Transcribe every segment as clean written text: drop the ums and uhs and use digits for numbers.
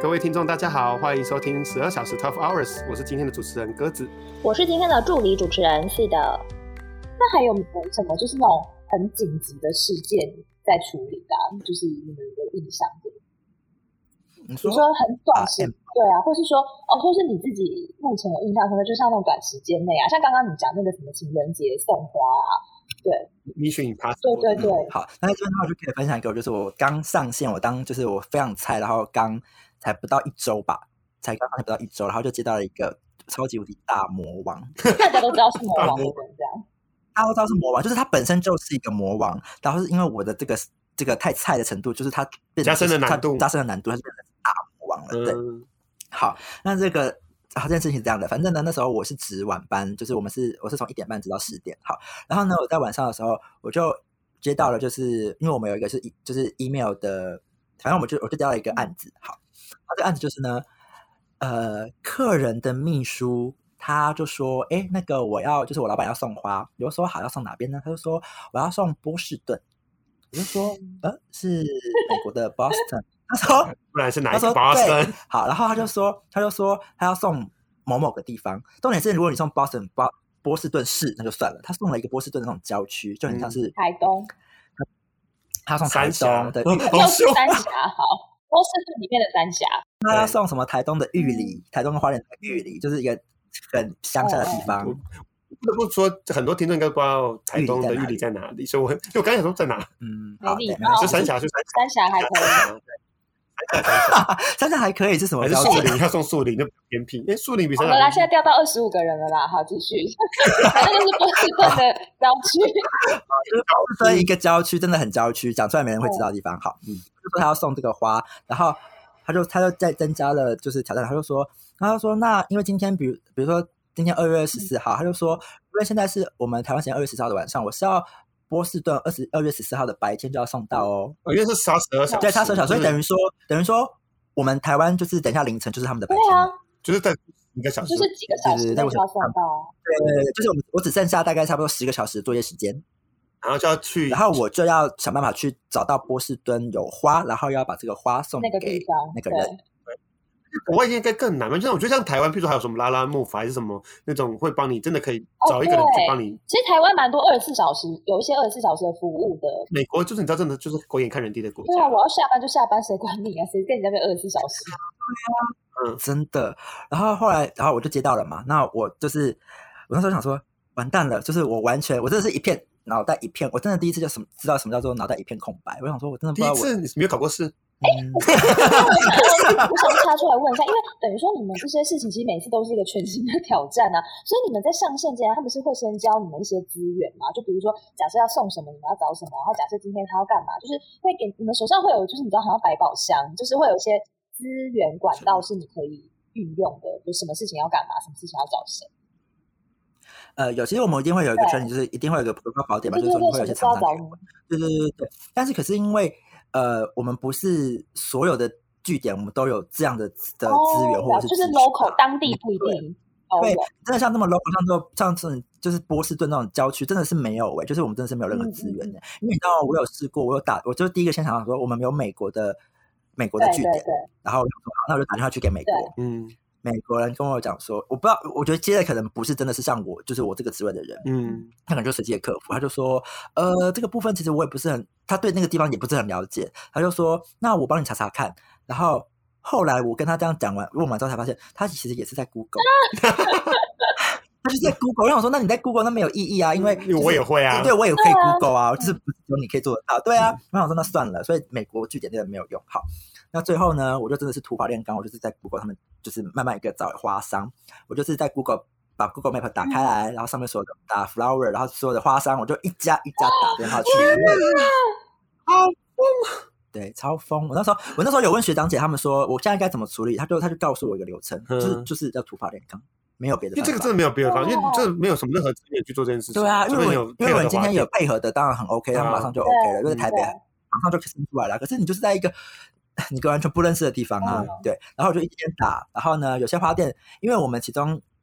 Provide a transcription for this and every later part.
各位听众大家好，欢迎收听12小时 12 hours， 我是今天的主持人鸽子， 我是今天的助理主持人是的。那还有什么就是那种很紧急的事件在处理的、就是你们的印象的，比如说很短时对啊，或是说或是你自己目前有印象深刻，就像那种短时间内啊，像刚刚你讲那个什么情人节送花啊，对 Mission Impossible， 对对对、 好，那在这边的话就可以分享一个，就是我刚上线，就是我非常菜，然后才不到1周吧，才刚上线不到1周，然后就接到了一个超级无敌大魔王， 大家都知道是魔王的人这样。 大家都知道是魔王，就是他本身就是一个魔王，然后是因为我的这个太菜的程度，就是他加深了难度， 他就变成大魔王了。对，好，那这件事情是这样的，反正呢，那时候我是值晚班，就是我是从1点半值到10点。好，然后呢，我在晚上的时候我就接到了，就是因为我们有一个就是 email 的，反正我就接到了一个案子。好，这个案子就是呢，客人的秘书。他就说那个就是我老板要送花，我就说好，要送哪边呢？他就说我要送波士顿，我就说是美国的 Boston， 他说不然是哪一个 Boston？ 好，然后他就说他要送某个地方，重点是如果你送 Boston 波士顿市那就算了，他送了一个波士顿的那种郊区，就很像是台东， 他送台东的又是三峡，好，波士顿里面的三峡， 他要送什么台东的玉里，台东跟花莲的玉里，就是一个很乡下的地方。 不得不说，很多听众应该不知道台东的玉里在哪里，所以我刚才想说在哪？ 好， 就三峡， 三峡还可以。 三峡还可以是什么？ 还是树林？要送树林就偏僻。树林比三峡。 好了啦，现在掉到25个人了啦。好，继续。反正就是波士顿的郊区。 波士顿一个郊区，真的很郊区，讲出来没人会知道的地方。好，就说他要送这个花，然后他就再增加了就是挑战，他就说那因为今天比如说今天2月14号，他就说因为现在是我们台湾时间2月14号的晚上，我是要波士顿2月14号的白天就要送到哦， 因为是差12小时， 对，差12小时，所以等于说我们台湾就是等一下凌晨就是他们的白天， 对啊， 就是在一个小时， 就是几个小时就要送到， 对，就是我只剩下大概差不多10个小时的作业时间。 然后就要去， 然后我就要想办法去找到波士顿有花，然后要把这个花送给那个人。 国外应该更难嘛？就是我觉得像台湾，譬如说还有什么拉拉木还是什么那种会帮你，真的可以找一个人去帮你。 其实台湾蛮多24小时，有一些24小时的服务的。 美国就是你知道，真的就是狗眼看人低的国家。 对啊，我要下班就下班，谁管你啊？谁跟你那边24小时？ 真的。然后我就接到了嘛。那我那时候想说，完蛋了，就是我真的是脑袋一片，我真的第一次知道什么叫做脑袋一片空白。我想说，我真的不知道第一次你没有考过试。 我想插出来问一下，因为等于说你们这些事情其实每次都是一个全新的挑战啊，所以你们在上线前他们是会先教你们一些资源嘛？就比如说假设要送什么，你们要找什么，然后假设今天他要干嘛，就是会给你们手上会有，就是你知道好像百宝箱，就是会有一些资源管道是你可以运用的，就什么事情要干嘛，什么事情要找谁。 其实我们一定会有一个training，就是一定会有一个宝典嘛，就是说你会有一些厂商给我们，对。但是可是因为我们不是所有的据点我们都有这样的资源，或者是就是 local 当地不一定。 对，真的像那么 local， 像就是波士顿那种郊区，真的是没有就是我们真的是没有任何资源的。因为你知道我有试过，我就第一个先想说我们有美国的据点，然后我就说好，那我就打电话去给美国。美国人跟我讲说，我不知道，我觉得接的可能不是真的是像就是我这个职位的人，他可能就实际的客服，他就说，这个部分其实我也不是他对那个地方也不是很了解，他就说，那我帮你查查看。然后后来我跟他这样讲完，问完之后才发现，他其实也是在 Google， 他就是在 Google。我想说，那你在 Google 那没有意义啊，因为我也会啊， 对我也可以 Google 啊，就是不是说你可以做得到，对啊。我想说那算了，所以美国据点真的没有用。好。那最后呢，我就真的是土法炼钢，我就是在 Google 他们就是慢慢一个找花商，我就是在 把 Google Map 打开来，然后上面所有的打 flower， 然后所有的花商，我就一家一家打电话去。 好疯！ 对，超疯！我那时候有问学长姐，他们说我现在该怎么处理，他就告诉我一个流程，就是要土法炼钢，没有别的办法。 因为这个真的没有别的方法，因为这没有什么任何资源去做这件事情。 对啊，因为我们今天有配合的，当然很 OK， 他们马上就 OK 了，就是台北马上就生出来了。可是你就是在一个你完全不认识的地方啊，对。然后我就一天打，然后呢，有些花店，因为我们其中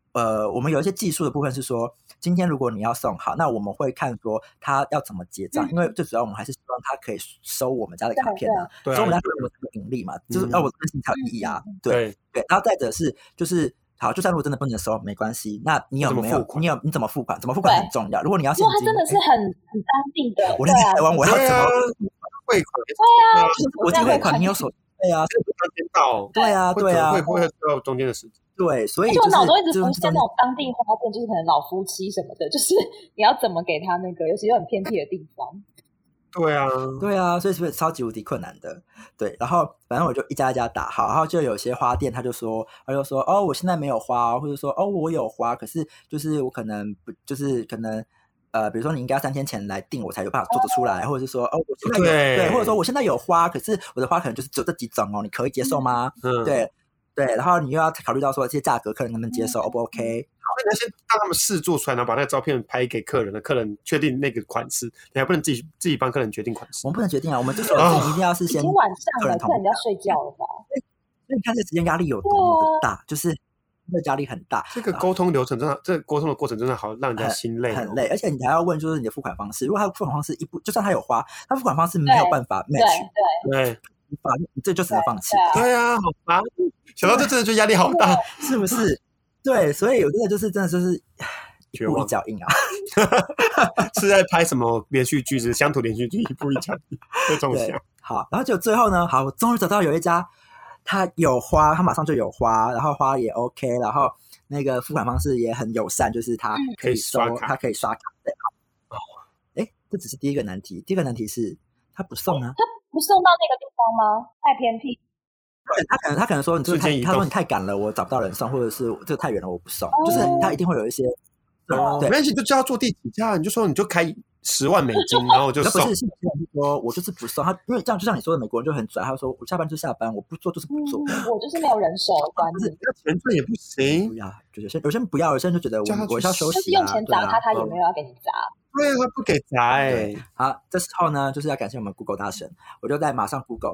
我们有一些技术的部分是说，今天如果你要送好，那我们会看说他要怎么结账，因为最主要我们还是希望他可以收我们家的卡片啊， 对啊， 所以我们家有盈利嘛，就是我的事情才有意义啊，对，然后再者是就是好，就算如果真的不能收没关系，那你有没有你怎么付款？怎么付款很重要。如果你要现金， 它真的是很当地的， 我在台湾我要怎么汇款？ 对啊， 国际汇款你有手对啊，对啊，对啊， 会到中间的时间。 对，所以我脑中一直浮现那种当地花店，就是可能老夫妻什么的，就是你要怎么给他那个，尤其是很偏僻的地方。 对啊， 对啊，所以是不是超级无敌困难的？对，然后反正我就一家一家打好，然后就有些花店他就说哦，我现在没有花，或者说哦，我有花，可是就是我可能不，就是可能比如说你应该3天前来订，我才有办法做得出来，或者是说哦，我现在有对，或者说我现在有花，可是我的花可能就是只有这几种哦，你可以接受吗？对，然后你又要考虑到说这些价格客人能不能接受 ，O 不 OK？ 好，那你要先让他们试做出来，然后把那个照片拍给客人，客人确定那个款式，你还不能自己帮客人决定款式。 我们不能决定啊，我们就是一定要是先。 已经晚上了，客人要睡觉了吧？ 所以你看这时间压力有多么的大，就是这压力很大。 这个沟通流程真的，这个沟通的过程真的好让人家心累， 很累，而且你还要问就是你的付款方式，如果他的付款方式就算他有花，他付款方式没有办法 match， 对， 这就只能放弃。 对啊，好烦。想到这真的就压力好大， 是不是？对，所以我真的就是一步一脚印啊。 是在拍什么连续剧？是乡土连续剧，一步一脚印这种想。 好，然后就最后呢，好，我终于找到有一家，他有花，他马上就有花，然后花也 OK， 然后那个付款方式也很友善，就是他可以刷卡，他可以刷卡。对，好，这只是第一个难题，第二个难题是他不送啊， 他不送到那个地方吗？太偏僻。 他可能说他说你太赶了，我找不到人送，或者是这个太远了，我不送。就是他一定会有一些没关系，就叫他坐地铁价，你就开$10万，然后就送。 不是说我就是不送他，因为这样就像你说的，美国人就很拽，他说我下班就下班，我不做就是不做， 我就是没有人手的观念。 钱赚也不行， 不要，就有些人不要，有些人就觉得我要休息， 就是用钱砸他也没有要给你砸。 对啊，他不给砸。 好，这时候呢，就是要感谢我们 Google 大神，我就在马上 Google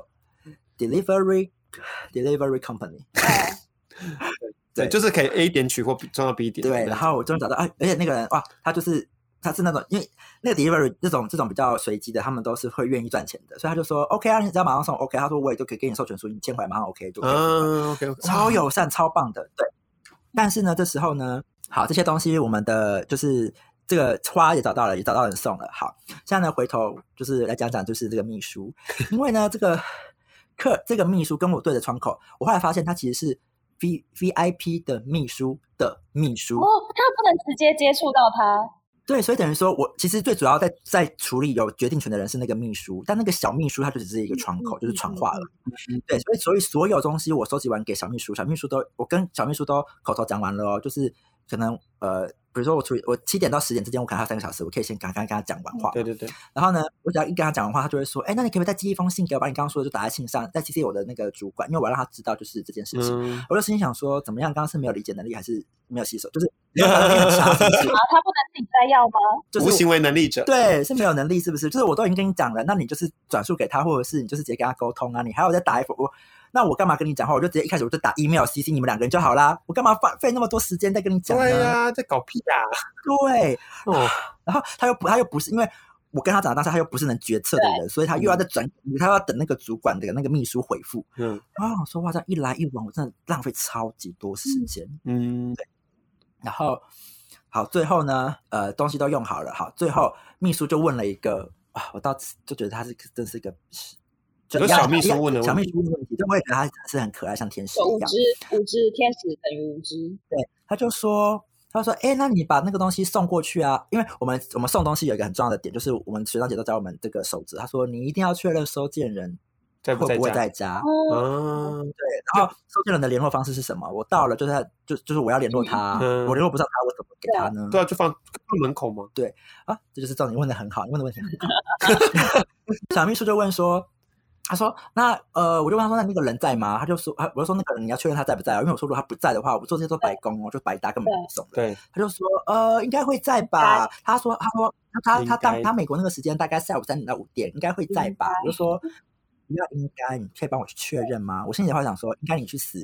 delivery company。 对，就是可以 A 点取货送到 B 点。 对，然后我终于找到，而且那个人哇，他是那种，因为那个 delivery 这种比较随机的，他们都是会愿意赚钱的，所以他就说 OK 啊，你只要马上送 OK， 他说我也就可以给你授权书，你签回来马上 OK 就可以。 OK， 超友善，超棒的，对。但是呢，这时候呢，好，这些东西我们的就是这个花也找到了，也找到人送了。好，现在呢回头就是来讲讲就是这个秘书，因为呢这个秘书跟我对着窗口，我后来发现他其实是VIP 的秘书的秘书哦，他不能直接接触到他。 对，所以等于说我其实最主要在处理有决定权的人是那个秘书，但那个小秘书他就只是一个窗口，就是传话了。对，所以所有东西我收集完给小秘书，我跟小秘书都口头讲完了哦，就是可能比如说我7点到10点之间，我可能还有3个小时，我可以先刚刚跟他讲完话。 对。 然后呢，我只要一跟他讲完话，他就会说，那你可不可以再寄一封信给我，把你刚刚说的就打在信上，再 CC 我的那个主管，因为我要让他知道就是这件事情。我就心想说，怎么样？刚刚是没有理解能力，还是没有吸收？就是很差，是不是？ 他不能自己再要吗？ 就是无行为能力者。 对，是没有能力，是不是？就是我都已经跟你讲了，那你就是转述给他，或者是你就是直接跟他沟通啊，你还要再打那我干嘛跟你讲话？我就直接一开始我就打 email CC 你们2个人就好啦，我干嘛费那么多时间再跟你讲呢？ 对啊，在搞屁啊！ 对，然后他又不是因为我跟他讲的当下他又不是能决策的人，所以他又要再转，他要等那个主管的那个秘书回复。然后我说哇，这样一来一往，我真的浪费超级多时间。对。然后好，最后呢，东西都用好了，好，最后秘书就问了一个我到就觉得他真是一个。 就小秘书问的问题， 但我也觉得他是很可爱，像天使一样。 无知，天使等于无知。 对，他说，那你把那个东西送过去啊？因为我们送东西有一个很重要的点，就是我们学长姐都教我们这个守则。他说，你一定要确认收件人会不会在家。对，然后收件人的联络方式是什么？我到了就是我要联络他，我联络不上他，我怎么给他呢？ 对啊，就放门口吗？ 对啊，这就是照你问的很好，你问的问题很好。小秘书就问说。他说：“那我就问他说，那个人在吗？”他就说：“我就说那个人你要确认他在不在，因为我说如果他不在的话，我做这些都白工哦，就白搭，根本不送的。” 对， 他就说：“应该会在吧？”他说他美国那个时间大概下午3点到5点，应该会在吧？我就说不要应该，你可以帮我去确认吗？我心里话想说，应该你去死。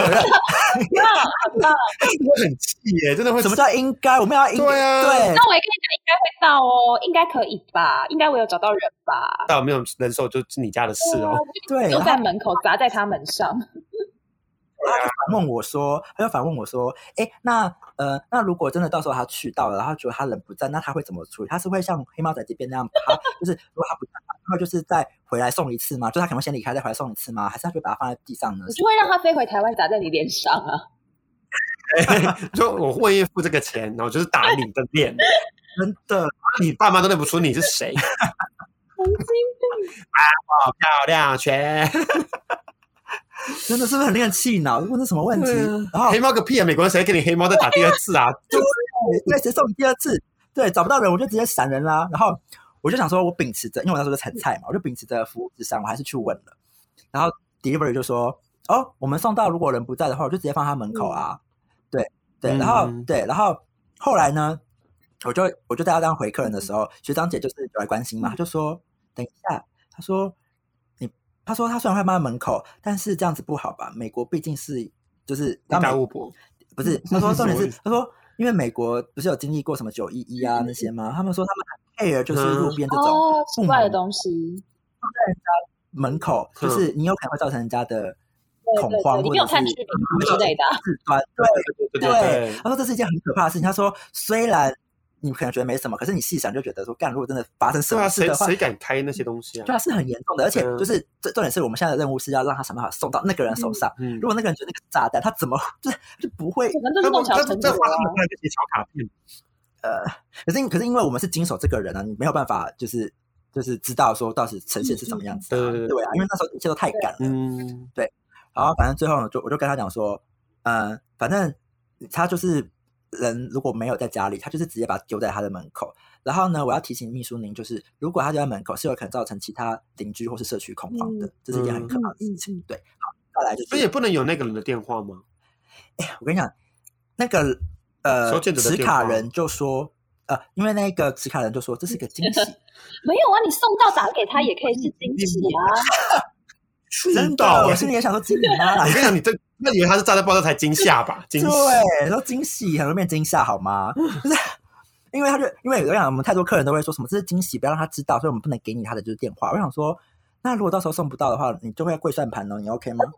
我很气耶，真的会。 什么叫应该？我们要应该。 对啊， 对。 那我也跟你讲，应该会到哦，应该可以吧？应该我有找到人吧？ 到没有人手就是你家的事哦。 对， 就在门口砸在他门上。 他就反问我说，哎，那如果真的到时候他去到了，然后觉得他人不在，那他会怎么处理？他是会像黑猫仔这边那样，就是如果他不在，他会就是再回来送一次吗？就是他可能先离开再回来送一次吗？还是他就把它放在地上呢？ 我就会让他飞回台湾砸在你脸上啊！ 就我问业付这个钱，然后就是打你的脸， 真的， 你爸妈都认不出你是谁。 神经病！ 好漂亮，全。 真的是不是很令人气恼？问是什么问题？然后黑猫个屁啊！美国人谁给你黑猫再打第二次啊？ 对，谁送你第二次？对，找不到人我就直接闪人啦。然后我就想说，我秉持着，因为我那时候就很菜嘛，我就秉持着服务至上，我还是去问了。然后 delivery 就说：“哦，我们送到，如果人不在的话，我就直接放他门口啊。”对，然后后来呢，我就在他这样回客人的时候，学长姐就是有来关心嘛，他就说：“等一下，他说他虽然会放在门口，但是这样子不好吧？美国毕竟是就是大巫婆， 不是？他说重点是他说，因为美国不是有经历过什么911啊那些吗？他们说他们很 care 就是路边这种奇怪的东西放在人家门口，就是你有可能会造成人家的恐慌， 你没有看剧之类的事端。对，他说这是一件很可怕的事情。他说虽然你可能觉得没什么，可是你细想就觉得说，干如果真的发生什么事的话， 谁敢开那些东西啊？ 对啊，是很严重的，而且就是重点是我们现在的任务是要让他想办法送到那个人手上。如果那个人觉得那个炸弹，他怎么就不会？ 我们都是弄巧成拙啊。 这些小卡片。 可是因为我们是经手这个人啊，你没有办法就是知道说到底呈现是什么样子啊。对啊，因为那时候一切都太赶了。对。然后反正最后呢，我就跟他讲说，反正他就是人如果没有在家里，他就是直接把他丢在他的门口。然后呢，我要提醒秘书您，就是如果他丢在门口，是有可能造成其他邻居或是社区恐慌的，这是一件很可怕的事情。对，好，再来就是， 所以也不能有那个人的电话吗？ 我跟你讲，那个持卡人就说，因为那个持卡人就说这是个惊喜。 没有啊，你送到打给他也可以是惊喜啊。 真的，我心里也想说惊喜吗？ 我跟你讲，那以为他是炸弹爆炸才惊吓吧？惊喜， 对，说惊喜很容易变惊吓，好吗？就是因为我想我们太多客人都会说什么这是惊喜，不要让他知道，所以我们不能给你他的就是电话。我想说，那如果到时候送不到的话，你就会要跪算盘哦，你 OK 吗？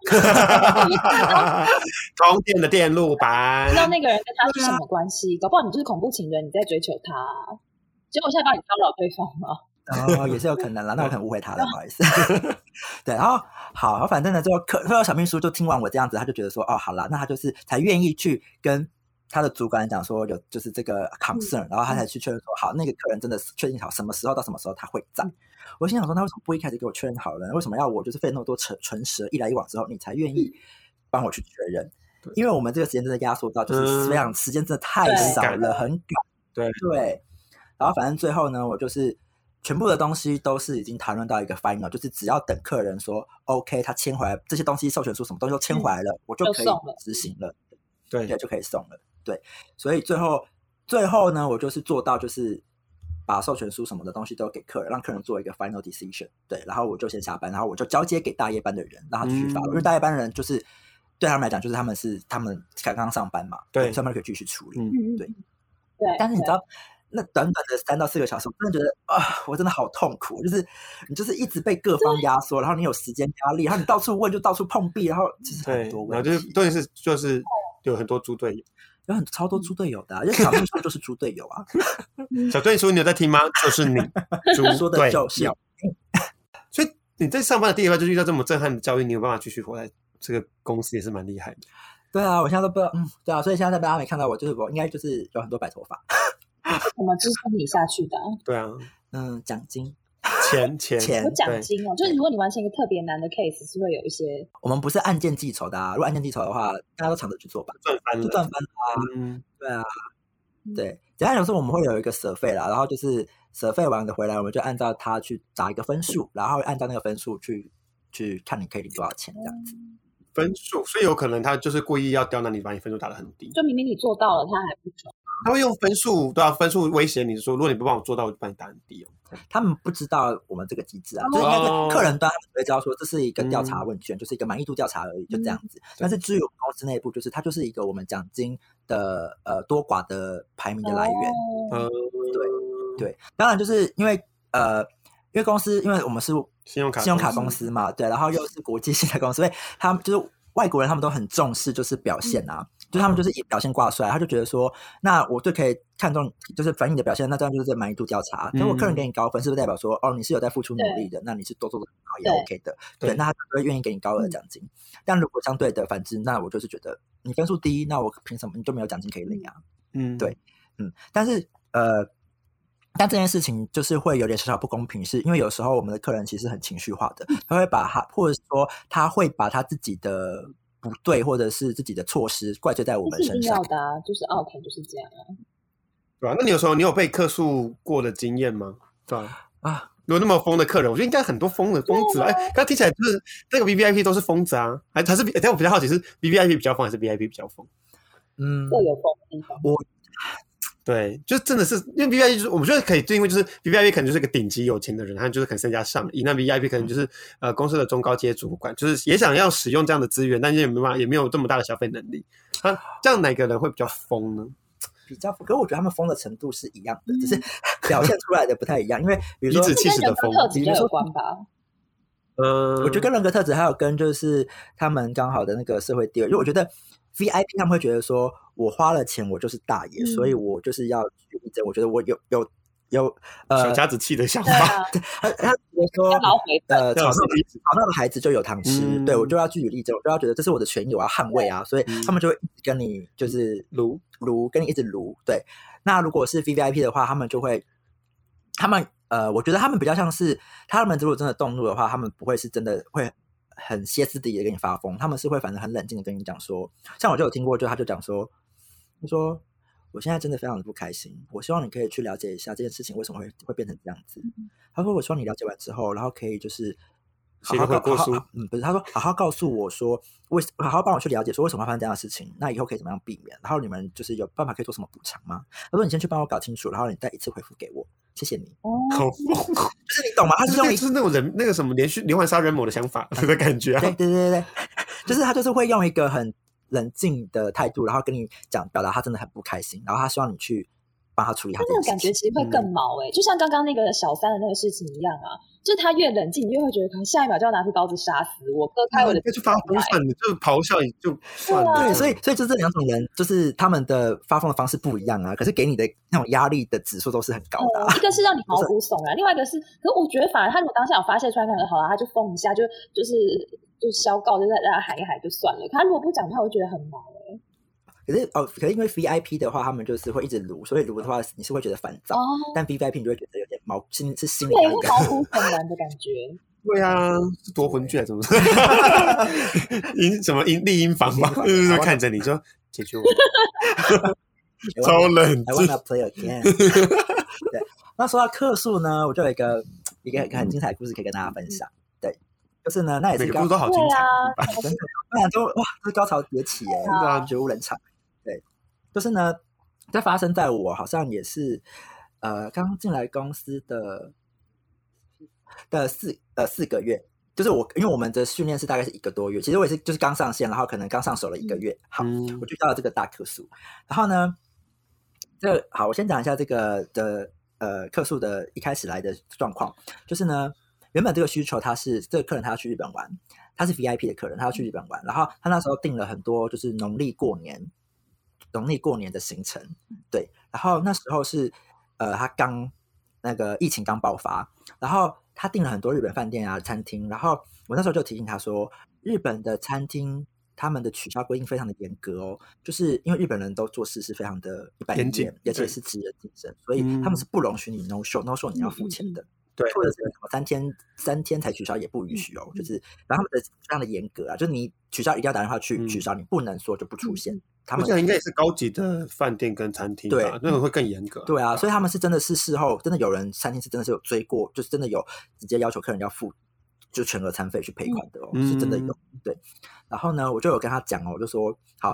充电的电路板， 知道那个人跟他是什么关系？搞不好你就是恐怖情人，你在追求他，结果现在帮你骚扰对方吗？ 也是有可能啦，那我可能误会他了，不好意思。对，然后好，反正呢，最后小秘书就听完我这样子，他就觉得说，哦，好啦，那他就是才愿意去跟他的主管讲说有就是这个 concern，然后他才去确认说，好，那个客人真的是确定好什么时候到什么时候他会在。我心想说，他为什么不一开始给我确认好了？为什么要我就是费那么多唇舌一来一往之后，你才愿意帮我去确认？因为我们这个时间真的压缩到就是非常时间真的太少了，很赶。对，然后反正最后呢，我就是全部的东西都是已经谈论到一个 final， 就是只要等客人说 OK， 他签回来这些东西，授权书什么东西都签回来了，我就可以执行了。对，就可以送了。对，所以最后呢，我就是做到就是把授权书什么的东西都给客人，让客人做一个 final decision。对，然后我就先下班，然后我就交接给大夜班的人，让他继续发。因为大夜班的人就是对他们来讲，就是他们刚刚上班嘛，对，上班可以继续处理。对。但是你知道，那短短的3到4个小时，我真的觉得我真的好痛苦，就是你就是一直被各方压缩，然后你有时间压力，然后你到处问就到处碰壁，然后其实很多问题， 然后就是有很多猪队友。 有超多猪队友的因为小秘书就是猪队友啊。 小队叔，你有在听吗？就是你，猪说的就是所以你在上班的第一班就遇到这么震撼的教育，你有办法继续活在这个公司，也是蛮厉害的。 对啊，我现在都不知道，对啊，所以现在大家没看到我，就是我应该就是有很多白头发。 怎么支撑你下去的？ 对啊， 奖金。 钱有奖金哦，就是如果你完成一个特别难的 case， 是会有一些。 我们不是按件计酬的如果按件计酬的话，大家都抢着去做吧， 赚翻了， 就赚翻了对啊，对。简单讲说，我们会有一个舍费啦，然后就是舍费完的回来，我们就按照他去打一个分数，然后按照那个分数去看你可以领多少钱这样子。 分数，所以有可能他就是故意要刁难你，把你分数打得很低。 就明明你做到了，他还不爽。 他会用分数威胁你说，如果你不帮我做到，我就把你打很低哦。 他们不知道我们这个机制啊，就是那个客人端他们会知道说这是一个调查问卷，就是一个满意度调查而已，就这样子。但是至于我们公司内部，就是它就是一个我们奖金的多寡的排名的来源。对，当然就是因为公司，因为我们是信用卡公司嘛，对，然后又是国际性的公司，所以他们就是外国人，他们都很重视就是表现啊。就他们就是以表现挂帅，他就觉得说，那我最可以看重就是反映你的表现，那这样就是满意度调查。如果客人给你高分，是不是代表说，哦，你是有在付出努力的，那你是都做得很好也 OK 的，对，那他就会愿意给你高额奖金。但如果相对的反之，那我就是觉得你分数低，那我凭什么你就没有奖金可以领啊？对，但是但这件事情就是会有点小小不公平，是因为有时候我们的客人其实很情绪化的，他会把他或者说他会把他自己的不对或者是自己的错失怪罪在我们身上。 是一定要的啊，就是 OK 就是这样啊。 对啊，那你有时候你有被客诉过的经验吗？对啊，如果那么疯的客人，我觉得应该很多疯子啊。刚听起来就是那个 VVIP 都是疯子啊，还是但我比较好奇是 VVIP 比较疯还是 VIP 比较疯？ 各有疯的地方。 对，就真的是因为 VVIP 就是我们觉得可以，就因为就是 VVIP 可能就是一个顶级有钱的人，他就是可能身家上亿，那 VIP 可能就是公司的中高阶主管，就是也想要使用这样的资源，但是也没有这么大的消费能力。这样哪个人会比较疯呢？ 比较疯，可是我觉得他们疯的程度是一样的，只是表现出来的不太一样。因为比如说颐指气使的疯， 比较有关吧。 我觉得跟人格特质还有跟就是他们刚好的那个社会地位，因为我觉得 VIP 他们会觉得说我花了钱我就是大爷，所以我就是要据理力争。我觉得我有小家子气的想法。 他觉得说吵闹的孩子就有糖吃，对，我就要据理力争，我就要觉得这是我的权益，我要捍卫啊，所以他们就会一直跟你就是跟你一直撸。对，那如果是 VVIP 的话，他们就会我觉得他们比较像是，他们如果真的动怒的话，他们不会是真的会很歇斯底里的跟你发疯，他们是会反正很冷静的跟你讲说，像我就有听过，就他就讲说，他说我现在真的非常的不开心，我希望你可以去了解一下这件事情为什么会变成这样子。他说我希望你了解完之后，然后可以就是写个悔过书， 不是，他说好好告诉我说，好好帮我去了解说为什么会发生这样的事情，那以后可以怎么样避免，然后你们就是有办法可以做什么补偿吗？他说你先去帮我搞清楚，然后你再一次回复给我，谢谢你。 好疯， 就是你懂吗？他是就是那种人那个什么连环杀人魔的想法的感觉啊。 对，就是他就是会用一个很冷静的态度，然后跟你表达他真的很不开心，然后他希望你去帮他处理他这件事情。 那种感觉其实会更毛就像刚刚那个小三的那个事情一样啊，就是他越冷静，你越会觉得可能下一秒就要拿出刀子杀死我，割开我的。 就发疯算了，就咆哮也就算了。 对，所以就这两种人，就是他们的发疯的方式不一样啊，可是给你的那种压力的指数都是很高的。 一个是让你毛骨悚然，另外一个是，可是我觉得反而他如果当下有发泄出来，可能好了，他就疯一下，就是消告，就让他喊一喊就算了。他如果不讲的话，我会觉得很毛可是因为 VIP 的话，他们就是会一直撸，所以撸的话，你是会觉得烦躁。但 VVIP 你就会觉得有点心里对，会毛骨悚然的感觉。 对啊，是夺魂锯还是什么？什么丽婴房吗？看着你说解决我，超冷静。 I wanna play again 。对，那说到客诉呢，我就有一个很精彩的故事可以跟大家分享。对，就是呢，那也是每个故事都好精彩， 真的，不然就哇，这高潮迭起绝无人场。对，就是呢，这发生在我好像也是刚进来公司的4个月，就是因为我们的训练是大概是1个多月，其实我也是就是刚上线，然后可能刚上手了1个月，好，我就遇到了这个大客诉。然后呢，好，我先讲一下这个的客诉的一开始来的状况，就是呢，原本这个需求这个客人他要去日本玩，他是 VIP 的客人，他要去日本玩，然后他那时候订了很多就是农历过年的行程，对，然后那时候是他那个疫情刚爆发，然后他订了很多日本饭店啊餐厅，然后我那时候就提醒他说，日本的餐厅他们的取消规定非常的严格哦，就是因为日本人都做事是非常的一板一眼，而且是职人精神，所以他们是不容许你 no show 你要付钱的。 对， 或者是什么3天才取消也不允许哦，就是然后他们的非常的严格啊，就是你取消一定要打电话去取消，你不能说就不出现。他们应该也是高级的饭店跟餐厅吧，对，那个会更严格。 对啊，所以他们是真的是事后真的有人餐厅是真的是有追过，就是真的有直接要求客人要付就全额餐费去赔款的哦，是真的有。对，然后呢，我就有跟他讲哦，我就说好，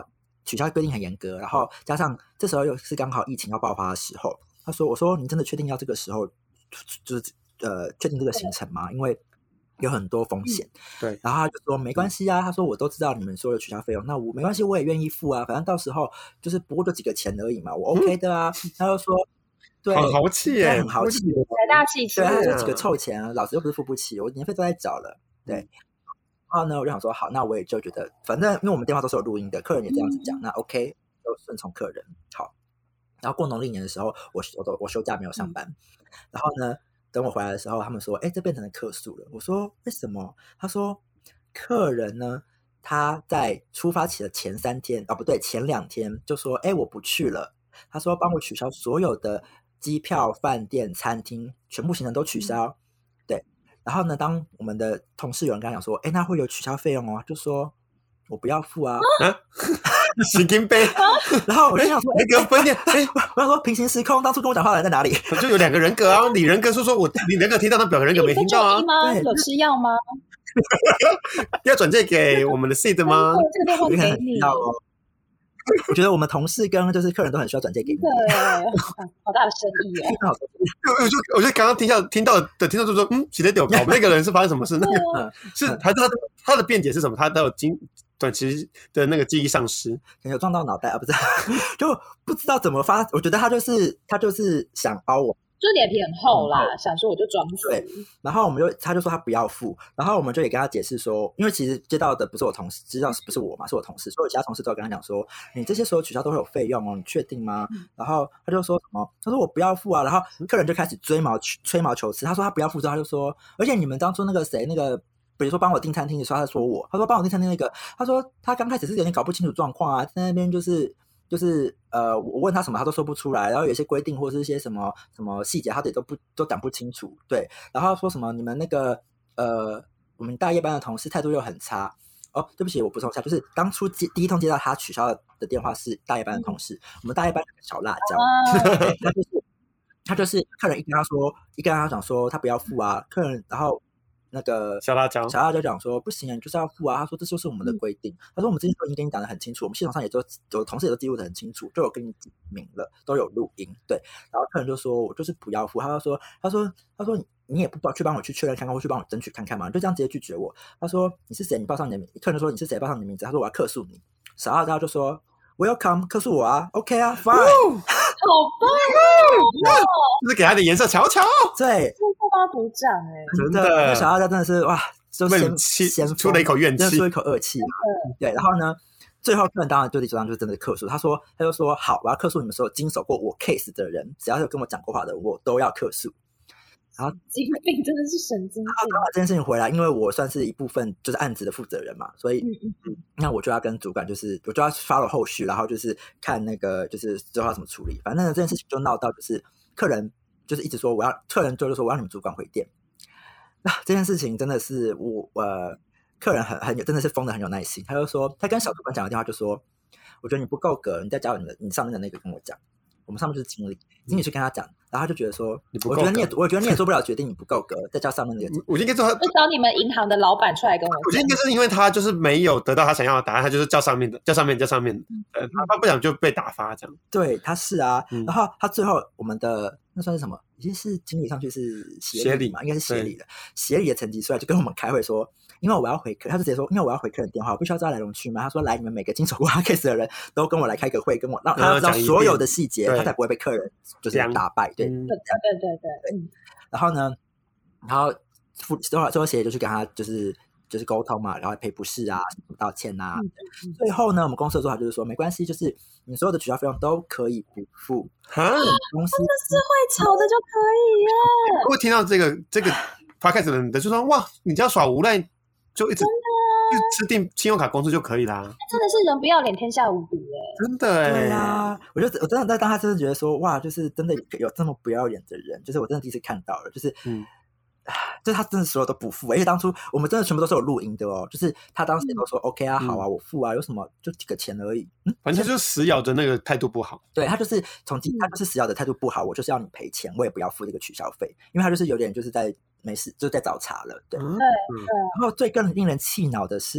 取消规定很严格，然后加上这时候又是刚好疫情要爆发的时候，我说你真的确定要这个时候就是确定这个行程吗？因为有很多风险。 对， 然后他就说没关系啊，他说我都知道你们说的取消费用，那我没关系，我也愿意付啊，反正到时候就是不过就几个钱而已嘛，我 OK 的啊。他就说。对， 很豪气耶， 很豪气， 财大气粗。 对，他就几个臭钱啊，老子又不是付不起，我年费都在缴了。对，然后呢，我就想说，好，那我也就觉得，反正因为我们电话都是有录音的，客人也这样子讲，那 OK， 就顺从客人。好，然后过农历年的时候，我休假没有上班，然后呢，等我回来的时候，他们说，这变成了客诉了。我说为什么？他说客人呢，他在出发前的前3天，不对，前2天就说，我不去了。他说帮我取消所有的机票、饭店、餐厅，全部行程都取消。对，然后呢，当我们的同事有人跟他讲说，那会有取消费用哦，就说我不要付啊， 神经病。 然后我就想说， 那个分店， 我想说平行时空，当初跟我讲话的人在哪里？ 就有2个人格啊，你人格说你人格听到，那表人格没听到啊？ 对，有吃药吗？ 要转借给我们的 Sid 吗？ 这个电话给你。 我觉得我们同事跟就是客人都很需要转借给你， 好大的生意哦！ 我就刚刚听到的听众就说，写的丢搞，那个人是发生什么事？那个是他的辩解是什么？他都有短期的那个记忆丧失， 有撞到脑袋啊？不是，就不知道怎么发。我觉得他就是想凹我。 就脸皮很厚啦，想说我就装死。 对，然后他就说他不要付，然后我们就也跟他解释说，因为其实接到的不是我同事，知道不是我嘛，是我同事，所有其他同事都有跟他讲说，你这些所有取消都会有费用哦，你确定吗？然后他就说什么？他说我不要付啊，然后客人就开始吹毛求疵，他说他不要付之后，他就说，而且你们当初那个谁那个。比如说帮我订餐厅的时候，他说我，他说帮我订餐厅那个，他说他刚开始是有点搞不清楚状况啊，在那边就是我问他什么他都说不出来，然后有一些规定或是一些什么细节他也都讲不清楚，对，然后说什么你们那个我们大夜班的同事态度又很差哦，对不起我补充一下，就是当初第一通接到他取消的电话是大夜班的同事，我们大夜班小辣椒，对，他就是客人一跟他讲说他不要付啊，客人然后。那个小辣椒讲说不行啊，你就是要付啊。他说这就是我们的规定。他说我们之前都已经跟你讲得很清楚，我们系统上也都有同事也都记录得很清楚，就有跟你指明了，都有录音。对，然后客人就说我就是不要付。他说你也不去帮我去确认看看，或去帮我争取看看嘛，你就这样直接拒绝我。他说你是谁？你报上你的名字。客人就说你是谁？报上你的名字。他说我要客诉你。小辣椒就说 Welcome， 客诉我啊 ，OK 啊 ，Fine， 好棒哦！ 就是给他的颜色瞧瞧。 对。 他鼓掌真的，小辣椒真的是哇，就先出了一口怨气， 出了一口恶气。对，然后呢，最后客人当然就理所当然就是真的客诉，他就说好，我要客诉你们所有经手过我 case 的人，只要有跟我讲过话的人，我都要客诉。然后经病真的是神经病。 然后这件事情回来，因为我算是一部分就是案子的负责人嘛，所以那我就要跟主管我就要 follow 后续，然后就是看那个就是之后要怎么处理。反正这件事情就闹到就是客人。就是一直说客人就说我要你们主管回电，这件事情真的是客人很有真的是疯的很有耐心，他就说他跟小主管讲的电话就说，我觉得你不够格，你再叫你上面的那个跟我讲，我们上面就是经理去跟他讲，然后他就觉得说我觉得你也做不了决定，你不够格，再叫上面那个， 我应该说就找你们银行的老板出来跟我讲， 我觉得应该是因为他就是没有得到他想要的答案，他就是叫上面的，他不想就被打发这样。 对，他是啊，然后他最后我们的。那算是什么？已经是经理上去是协理嘛，应该是协理的。协理的层级出来就跟我们开会说，因为我要回客，他就直接说，因为我要回客人电话，我必须要知道来龙去脉。他说来，你们每个经手过他 case 的人都跟我来开个会，跟我让他知道所有的细节，他才不会被客人就是打败。对。然后呢，最后协理就去跟他就是沟通嘛，然后赔不是啊，道歉啊。最后呢，我们公司的做法就是说，没关系，就是你所有的取消费用都可以不付。公司真的是会吵的就可以耶。 会听到这个 podcast 的人就说哇，你这样耍无赖，就一直就制定信用卡公司就可以啦。 真的是人不要脸，天下无敌耶！ 真的哎， 对啊，我真的在当他真的觉得说哇，就是真的有这么不要脸的人，就是我真的第一次看到了，就是就是他真的所有都不付，而且当初我们真的全部都是有录音的哦，就是他当时也都说 OK 啊，好啊，我付啊，有什么就几个钱而已， 反正就是死咬着那个态度不好。 对，他就是他就是死咬着态度不好，我就是要你赔钱，我也不要付这个取消费，因为他就是有点就是在没事就在找茬了，对，然后最更令人气恼的是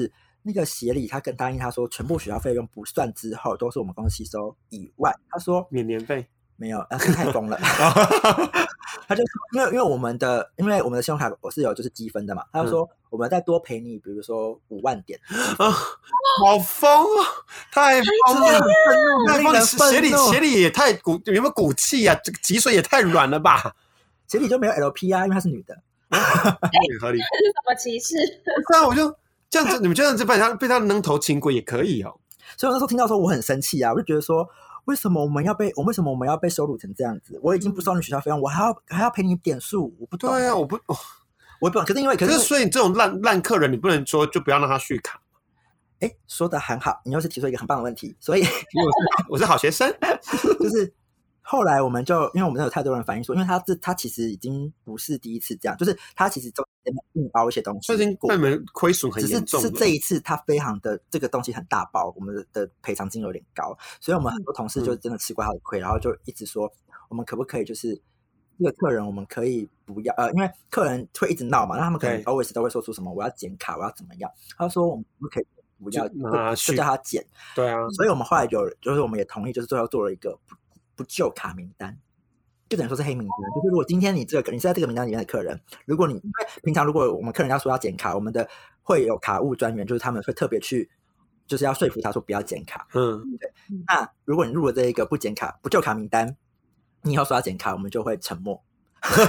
那个协理他答应他说，全部学校费用不算之后，都是我们公司吸收以外，他说免年费没有，是太疯了。他就说，因为我们的信用卡我是有就是积分的嘛，他就说我们再多赔你，比如说5万点啊，好疯哦，太疯了，太疯了！协理也太有没有骨气啊？这个脊髓也太软了吧？ 协理就没有 LP 啊，因为她是女的， 很合理。 这是什么歧视？ 对啊，我就这样子，你们这样子被他扔头轻轨也可以哦。 所以我那时候听到说我很生气啊，我就觉得说，为什么我们要被羞辱成这样子？我已经不收你学校费用，我还要赔你点数，我不懂。 对啊，我不懂。可是所以你这种烂客人，你不能说就不要让他续卡。 说的很好，你又是提出一个很棒的问题，所以我是好学生， 就是后来我们就因为我们有太多人反映说，因为他其实已经不是第一次这样，就是他其实中间硬包一些东西， 已经被你们亏损很严重了， 是这一次他非常的这个东西很大包，我们的赔偿金有点高，所以我们很多同事就真的吃过他的亏，然后就一直说我们可不可以就是这个客人我们可以不要因为客人会一直闹嘛，那他们可能 always 都会说出什么我要剪卡我要怎么样，他说我们不可以不要就叫他剪， 对啊， 所以我们后来就是我们也同意，就是最后做了一个不救卡名单，就等于说是黑名单，就是如果今天你是在这个名单里面的客人，如果你因为平常如果我们客人要说要剪卡，我们的会有卡务专员，就是他们会特别去就是要说服他说不要剪卡，对。那如果你入了这一个不救卡名单，你以后说要剪卡，我们就会沉默。 马上说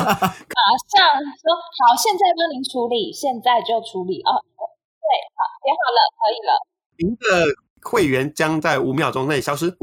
好，现在帮您处理，现在就处理哦。对，好，写好了，可以了。 您的会员将在5秒钟内消失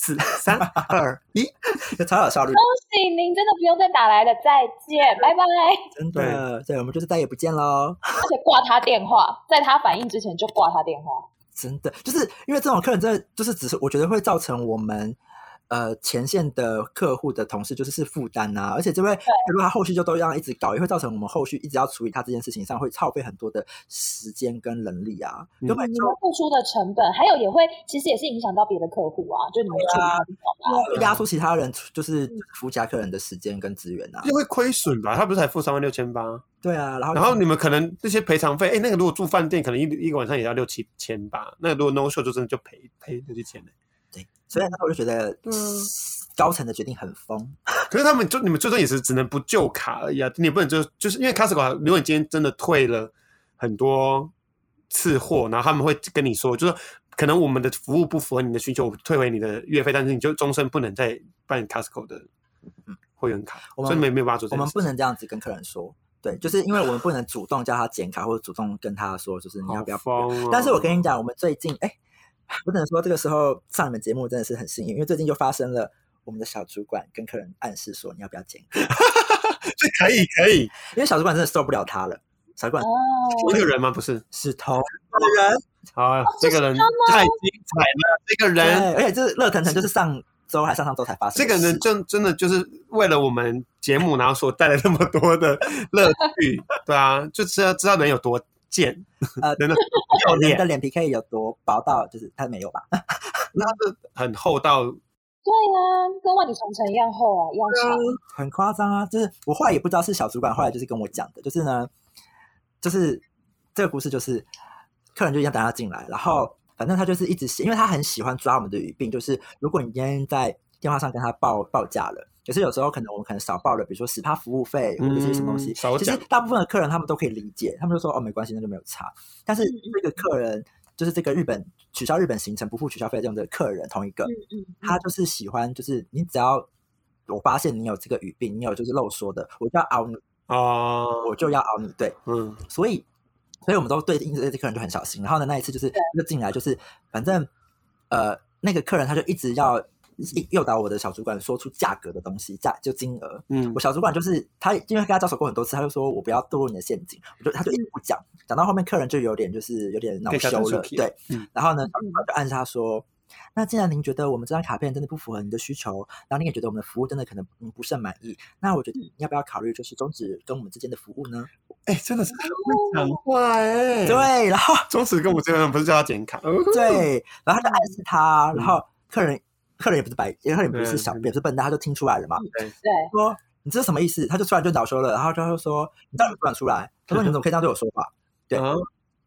，5、4、3、2、1， 超有效率。 恭喜您，真的不用再打来了，再见，拜拜。 真的，对，我们就是再也不见喽。 而且挂他电话，在他反应之前就挂他电话。 真的，就是因为这种客人真的就是只是我觉得会造成我们前线的客户的同事就是负担啊，而且这会如果他后续就都这样一直搞，也会造成我们后续一直要处理他这件事情上会耗费很多的时间跟人力啊，根本就付出的成本，还有也会其实也是影响到别的客户啊，就你们处理他不好压缩其他人就是服务其他客人的时间跟资源啊， 就会亏损吧？他不是才付36800？对啊，然后你们可能这些赔偿费，那个如果住饭店，可能一个晚上也要6-7千吧？那个如果 no show 就真的就赔6-7千了。 对，所以那我就觉得高层的决定很疯。 可是你们最终也是只能不救卡而已啊，你也不能就是因为 Costco 如果你今天真的退了很多次货，然后他们会跟你说，就是可能我们的服务不符合你的需求，我退回你的月费，但是你就终身不能再办 Costco 的会员卡，所以你们没有办法做这件事。 我们不能这样子跟客人说。对，就是因为我们不能主动叫他剪卡，或者主动跟他说，就是你要不要。但是我跟你讲，我们最近我只能说这个时候上你们节目真的是很幸运，因为最近就发生了我们的小主管跟客人暗示说你要不要剪卡。 这可以， 因为小主管真的受不了他了。小主管这个人吗？不是， 是同一个人。 好，这个人太精彩了，这个人， 而且这热腾腾就是上周还上上周才发生。 这个人真的就是为了我们节目，然后所带来那么多的乐趣，对啊，就知道人有多贱， 人的脸皮可以有多薄到，就是他没有吧？ 那是很厚到。 对啊，跟万里长城一样厚啊，一样长， 很夸张啊！就是我后来也不知道是小主管后来就是跟我讲的，就是呢，就是这个故事就是客人就一样等他进来，然后反正他就是一直写，因为他很喜欢抓我们的语病，就是如果你今天在电话上跟他报价了，可是有时候可能我们可能少报了，比如说10%服务费或者是什么东西，其实大部分的客人他们都可以理解，他们就说没关系，那就没有差。但是这个客人就是这个取消日本行程不付取消费这种的客人，同一个，他就是喜欢，就是你只要我发现你有这个语病，你有就是漏说的，我就要熬你我就要熬你，对，所以我们都对应这客人就很小心。然后呢，那一次就进来就是反正那个客人他就一直要诱导我的小主管说出价格的东西，就金额。我小主管就是他，因为跟他交手过很多次，他就说我不要堕入你的陷阱，他就一直不讲，讲到后面客人就有点恼羞了，对。然后呢，小主管就暗示他说，那既然您觉得我们这张卡片真的不符合你的需求，然后你也觉得我们的服务真的可能不是很满意，那我觉得你要不要考虑就是终止跟我们之间的服务呢？ 真的是很会讲话对，然后终止跟我们之间不是叫他剪卡， 对，然后他就暗示他，然后客人也不是客人也不是小也不是笨蛋，他就听出来了嘛。 对， 说你这是什么意思？他就突然就恼羞了，然后他就说你到底不敢出来？他说你怎么可以这样对我说话？对，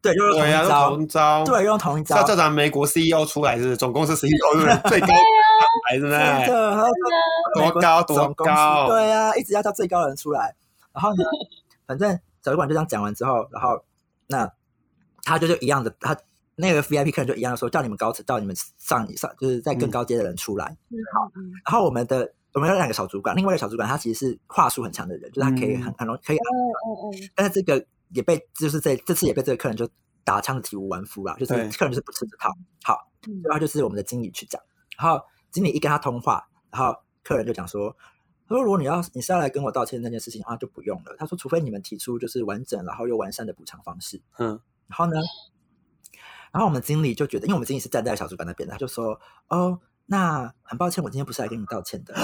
对，又用同一招， 同招， 对，用同一招， 叫咱美国 CEO 出来，是总公司 CEO 是最高来的呢，多高， 对啊，一直要叫最高的人出来。然后呢，反正小主管就这样讲完之后，然后那他就一样的，他那个 VIP 客人就一样的说，叫你们上，就是在更高阶的人出来。好，然后我们有两个小主管，另外一个小主管他其实是话术很强的人，就是他可以很容易可以，但是这个也被就是这次也被这个客人就打枪体无完肤啦，就是客人就是不吃这套。好，然后就是我们的经理去讲，然后经理一跟他通话，然后客人就讲说，他说如果你是要来跟我道歉那件事情的话就不用了，他说除非你们提出就是完整然后又完善的补偿方式。然后呢，然后我们经理就觉得，因为我们经理是站在小主管那边的，他就说哦，那很抱歉，我今天不是来跟你道歉的。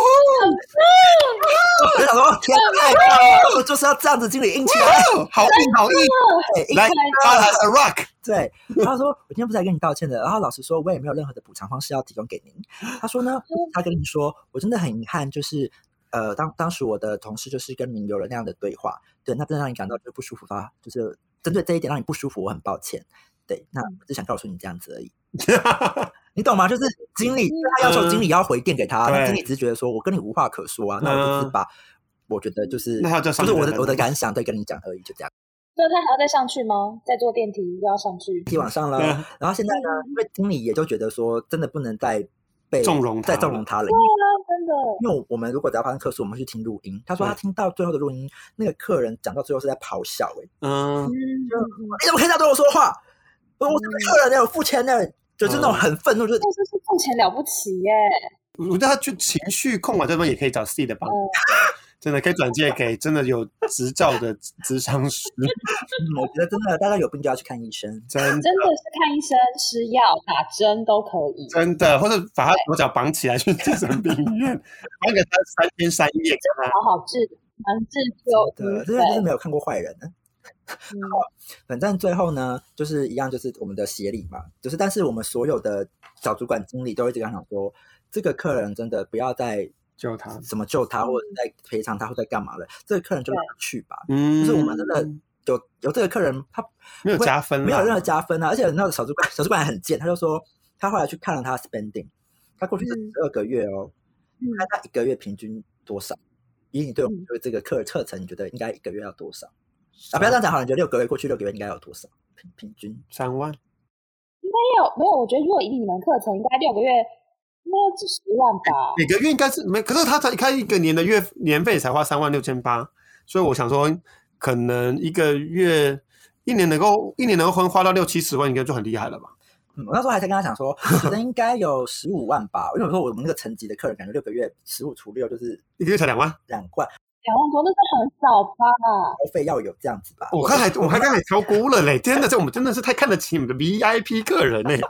我就想说，天哪，我就是要这样子，经理硬起来， 好硬，来 hard as a rock。 对，他说我今天不是来跟你道歉的，然后老实说，我也没有任何的补偿方式要提供给您。他说呢，他跟你说，我真的很遗憾，就是当时我的同事就是跟您有了那样的对话，对，那真的让你感到就是不舒服吧？就是针对这一点让你不舒服，我很抱歉。对，那我只想告诉你这样子而已。你懂吗？就是经理他要求经理要回电给他，那经理只是觉得说我跟你无话可说啊，那我就是把我觉得就是就是我的感想对跟你讲而已，就这样。 那他还要再上去吗？再坐电梯又要上去？ 梯往上了，然后现在呢，因为经理也就觉得说，真的不能再被纵容他了。 对啊，真的。 因为我们如果只要发生客诉，我们去听录音。他说他听到最后的录音，那个客人讲到最后是在咆哮，你怎么可以这样对我说话？我这个客人有付钱的，就是那种很愤怒，就是付钱了不起耶。 我觉得他就情绪控管这边也可以找 C 的帮助。真的可以转介给真的有执照的咨商师。 我觉得真的大家有病就要去看医生， 真的是看医生、吃药、打针都可以， 真的，或者把他左脚绑起来去精神病院，绑给他3天3夜， 好好治，能治就。 对，这就是没有看过坏人呢。反正最后呢，就是一样，就是我们的协理嘛，就是但是我们所有的小主管经理都一直跟他讲说，这个客人真的不要再救他， 怎么救他，或者在赔偿他，或者干嘛了？这个客人就让他去吧。就是我们真的有这个客人，他没有加分， 没有任何加分啊！而且那个小主管还很贱，他就说他后来去看了他的 spending， 他过去是12个月哦，看他1个月平均多少？以你对我们对这个课程，你觉得应该1个月要多少？不要这样讲好了，你觉得6个月过去6个月应该有多少？平均 3万？ 应该有没有？我觉得如果以你们课程，应该6个月。应该要几10万吧， 每个月应该是没，可是他才开1个年的年费才花36800，所以我想说，可能1个月一年能够花到60-70万，应该就很厉害了吧？ 我那时候还在跟他讲说，可能应该有15万吧，因为我说我们那个层级的客人，感觉6个月15除6就是 1个月才2万 ，2万 ，2万多那是很少吧？ 消费要有这样子吧？ 我刚才超估了嘞，真的，我们真的是太看得起你们的 VIP 客人嘞。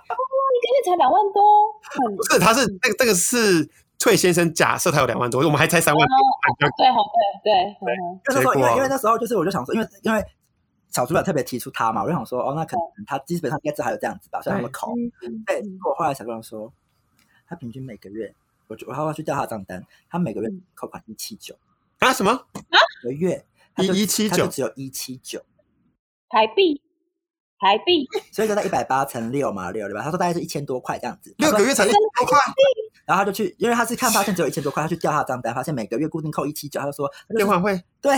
1个月才2万多， 不是，他是这个是退先生假设他有2万多，我们还猜3万多。 对， 因为那时候就是我就想说，因为小主管特别提出他嘛，我就想说那可能他基本上应该还有这样子吧，所以他们扣。对，我后来小主管说，他平均每个月，我要去调他的账单，他每个月扣款179 啊？什么啊？ 每个月 179， 他就只有179 台币， 所以就在180乘6嘛，6吧？他说大概是1000多块这样子 ，6个月才1000多块。 然后他就去，因为他是发现只有1000多块，他去调他的账单，发现每个月固定扣179，他就说电话费， 对，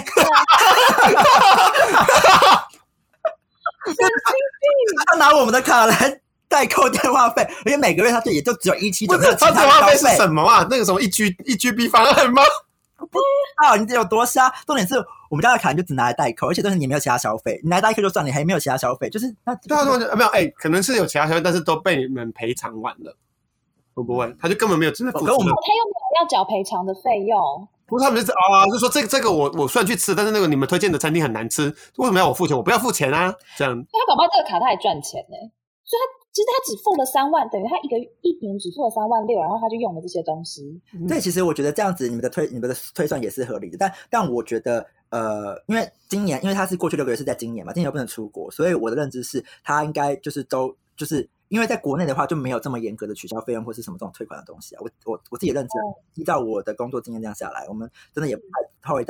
他拿我们的卡来代扣电话费，而且每个月他也就只有179， 不是他电话费是什么啊？那个什么1GB 方案吗？ 不知道你这有多瞎，重点是我们家的卡你就只拿来代扣，而且都是你没有其他消费，你拿代扣就算，你还没有其他消费，就是那对啊，没有可能是有其他消费，但是都被你们赔偿完了，会不会？他就根本没有真的付出，他又没有要缴赔偿的费用。 不是他们就是就说这个我虽然去吃，但是那个你们推荐的餐厅很难吃，为什么要我付钱？我不要付钱啊！这样， 他搞不好这个卡他还赚钱呢，所以其实他只付了3万，等于他一年只付了3.6万，然后他就用了这些东西。 对，其实我觉得这样子你们的推算也是合理的，但我觉得因为今年因为他是过去6个月是在今年嘛，今年又不能出国，所以我的认知是他应该就是就是因为在国内的话就没有这么严格的取消费用或是什么这种退款的东西啊。我自己认知，依照我的工作经验这样下来，我们真的也不太会到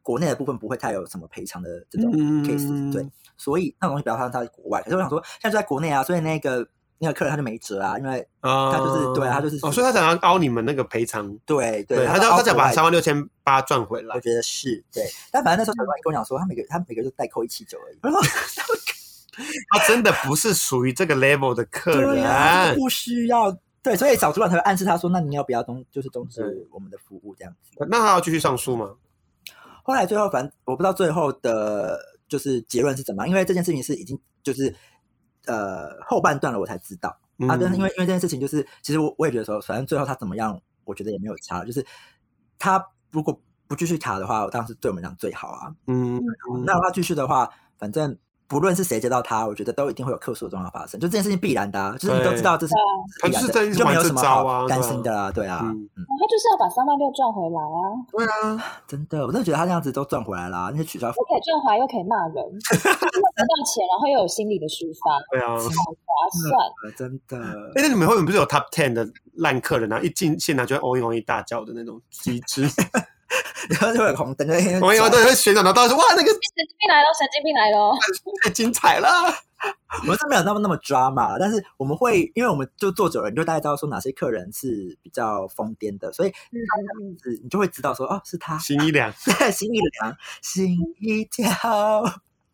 国内的部分不会太有什么赔偿的这种 case，对，所以那种东西不要放在国外。可是我想说，现在就在国内啊，所以那个客人他就没辙啊，因为他就是对啊，他就是所以他想要凹你们那个赔偿， 对， 他想把36,800赚回来。 我觉得是对，但反正那时候小关跟我讲说，他每个就代扣179而已。 他真的不是属于这个 level 的客人， 对啊，不需要。对，所以小主管才会暗示他说：“那你要不要终止我们的服务这样子？” 那他要继续上诉吗？ 后来最后，反正我不知道最后的就是结论是怎么样，因为这件事情是已经就是后半段了，我才知道啊。但是因为这件事情就是，其实我也觉得说，反正最后他怎么样，我觉得也没有差。就是他如果不继续卡的话，当然是对我们讲最好啊。那他继续的话，反正。不论是谁接到他，我觉得都一定会有客诉的状况发生，就这件事情必然的啊，就是你都知道这是必然的，就没有什么好担心的啦，对啊， 他就是要把36000赚回来啊， 对啊， 真的，我真的觉得他这样子都赚回来啦，那些取消又可以赚回来，又可以骂人，又得到钱，然后又有心理的抒发， 对啊， 好划算， 真的。 那你们会不是有 top 10的烂客人啊？一进现场就会哦一大叫的那种机制。 然后就会有红灯，对， 会旋转，然后到时候哇，那个神经病来了，神经病来了， 太精彩了。 我们是没有那么drama，但是我们会，因为我们就做久了，你就大概知道说哪些客人是比较疯癫的，所以你就会知道说哦，是他心一凉， 对，心一凉，心一跳，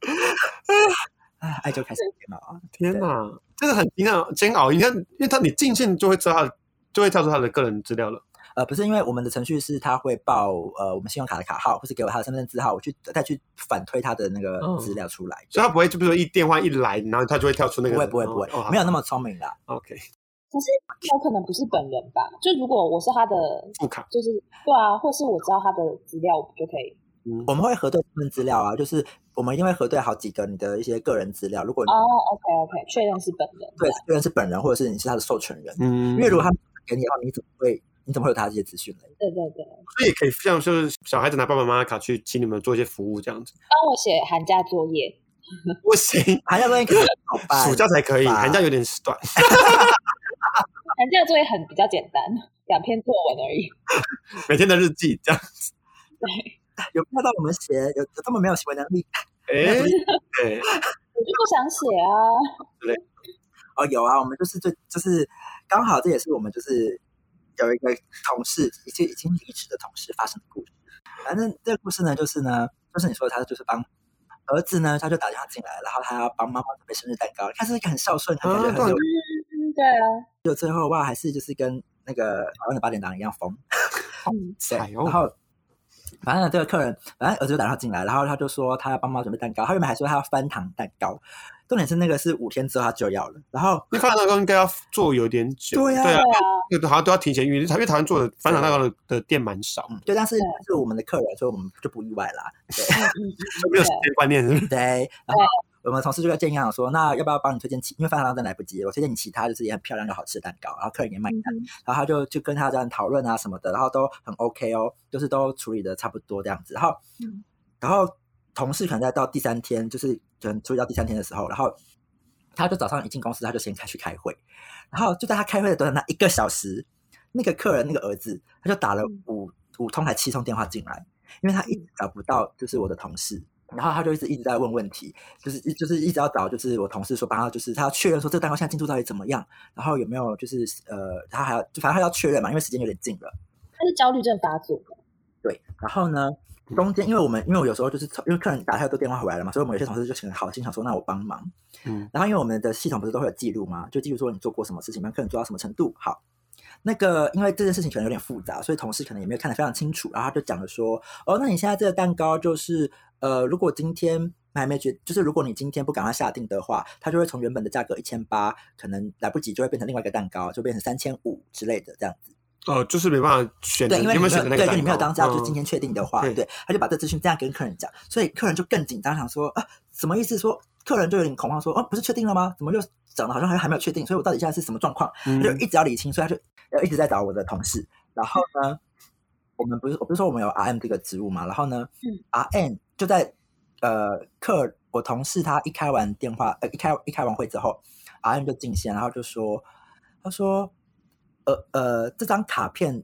爱就开始煎熬啊！ 天哪，真的很煎熬。你看，因为你进线就会知道就会跳出他的个人资料了。 不是，因为我们的程序是他会报我们信用卡的卡号，或是给我他的身份证字号，我再去反推他的那个资料出来， 所以他不会就比如说电话一来，然后他就会跳出那个， 不会，没有那么聪明啦。 OK， 可是有可能不是本人吧？就如果我是他的副卡， 就是对啊，或是我知道他的资料，我就可以。 我们会核对身份资料啊，就是我们一定会核对好几个你的一些个人资料。如果 OK， 确认是本人， 对，确认是本人，或者是你是他的授权人。因为如果他给你的话，你怎么会有他这些资讯呢？ 对， 所以也可以像就是小孩子拿爸爸妈妈卡去请你们做一些服务这样子， 帮我写寒假作业。 不行， 寒假作业可以好办， 暑假才可以，寒假有点短。 寒假作业比较简单，2篇作文而已， 每天的日记这样子。 对。 有看到我们写，有这么没有行为能力？ 对， 我就不想写啊。 对， 有啊，我们就是刚好这也是我们就是有一个同事已经离职的同事发生的故事。反正这个故事呢，就是你说的，他就是帮儿子呢，他就打电话进来，然后他要帮妈妈准备生日蛋糕，他是一个很孝顺，他感觉很有， 对啊， 就最后哇，还是就是跟那个台湾的8点档一样疯， 对， 然后。反正这个客人，反正儿子就打电话进来，然后他就说他要帮妈准备蛋糕，他原本还说他要翻糖蛋糕，重点是那个是5天之后他就要了，然后翻糖蛋糕应该要做有点久，对啊，好像都要提前预约，因为台湾做的翻糖蛋糕的店蛮少， 对，但是是我们的客人，所以我们就不意外啦，对， 没有时间观念是不是？ 对，然后我们同事就建议他说，那要不要帮你推荐因为翻糖真来不及，我推荐你其他就是也很漂亮又好吃的蛋糕，然后客人也买单，然后他就跟他这样讨论啊什么的，然后都很 OK 哦，就是都处理的差不多这样子，然后同事可能在到第3天，就是可能处理到第3天的时候，然后他就早上一进公司他就先去开会，然后就在他开会的短短那1个小时，那个客人那个儿子他就打了5通还7通电话进来，因为他一直找不到就是我的同事。然后他就一直在问题，就是一直要找，就是我同事说帮他，就是他要确认说这个蛋糕现在进度到底怎么样，然后有没有就是他还要就反正他要确认嘛，因为时间有点近了。 他是焦虑症发作。 对，然后呢，中间因为我有时候就是因为客人打太多电话回来了嘛，所以我们有些同事就很好心想说那我帮忙。然后因为我们的系统不是都会有记录嘛，就记录说你做过什么事情，客人做到什么程度。好。那个，因为这件事情可能有点复杂，所以同事可能也没有看得非常清楚。然后他就讲了说，那你现在这个蛋糕就是，如果今天还没就是如果你今天不赶快下定的话，它就会从原本的价格1800，可能来不及就会变成另外一个蛋糕，就变成3500之类的这样子。 就是没办法选择， 对，因为有没有选择那个蛋糕？ 对，你没有当下就今天确定的话，对，他就把这资讯这样跟客人讲，所以客人就更紧张，想说什么意思？说客人就有点恐慌，说不是确定了吗？怎么又讲的好像还没有确定？所以我到底现在是什么状况？他就一直要理清，所以他就一直在找我的同事。然后呢，我不是说我们有 RM 这个职务嘛？然后呢，RM 就在我同事他一开完电话，一开完会之后 ，RM 就进线，然后就说，他说。这张卡片就是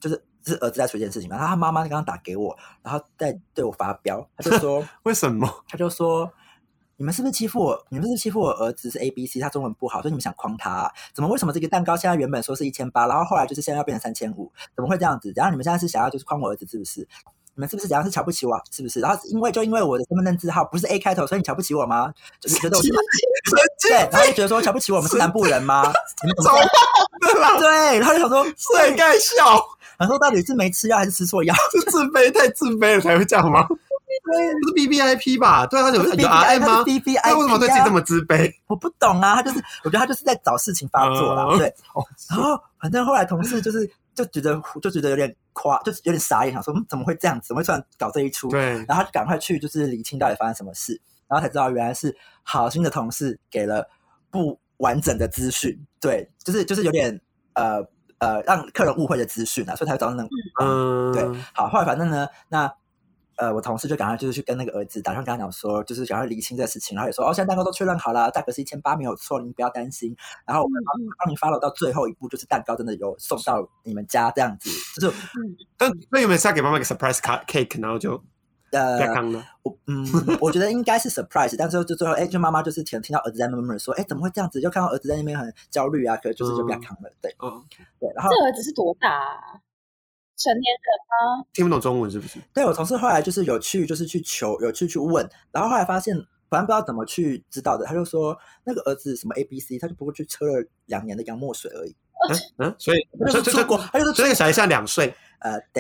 是儿子在处理这件事情嘛，然后他妈妈刚刚打给我，然后在对我发飙，他就说为什么？ 他就说你们是不是欺负我？你们是不是欺负我儿子是 ABC， 他中文不好，所以你们想诓他啊？为什么这个蛋糕现在原本说是1800，然后后来就是现在要变成3500？怎么会这样子？然后你们现在是想要就是诓我儿子是不是？你们是不是怎样是瞧不起我是不是？然后因为我的身份证字号不是 A 开头，所以你瞧不起我吗？就是觉得我是对，然后就觉得说瞧不起我们是南部人吗？你们怎么对，然后就想说谁该笑？ 然后到底是没吃药还是吃错药？ 是自卑，太自卑了才会这样吗？对，不是 BBIP 吧？对啊，他有 RM 吗？他为什么对自己这么自卑？ 我不懂啊，我觉得他就是在找事情发作啦。对，然后反正后来同事就觉得有点就是有点傻眼，想说怎么会这样子？怎么会突然搞这一出？ 对， 然后他就赶快去就是理清到底发生什么事，然后才知道原来是好心的同事给了不完整的资讯，对，就是有点让客人误会的资讯啊，所以才会造成那种对，好，后来反正呢，那我同事就赶快就是去跟那个儿子打算跟他讲说，就是赶快厘清这个事情，然后也说现在蛋糕都确认好了，价格是1800没有错，你不要担心。然后我们帮你 follow 到最后一步，就是蛋糕真的有送到你们家这样子，就是但那有没有是要给妈妈一个 surprise cake， 然后就我觉得应该是 surprise， 但是就最后就妈妈就是听到儿子在murmur说怎么会这样子，就看到儿子在那边很焦虑啊，可是就不要扛了，对，对，然后这儿子是多大啊？成年人吗？ 听不懂中文是不是？ 对，我同事后来就是有去问，然后后来发现反正不知道怎么去知道的，他就说那个儿子什么 ABC， 他就不过去喝了2年的洋墨水而已。 所以这个小孩像2岁。 对。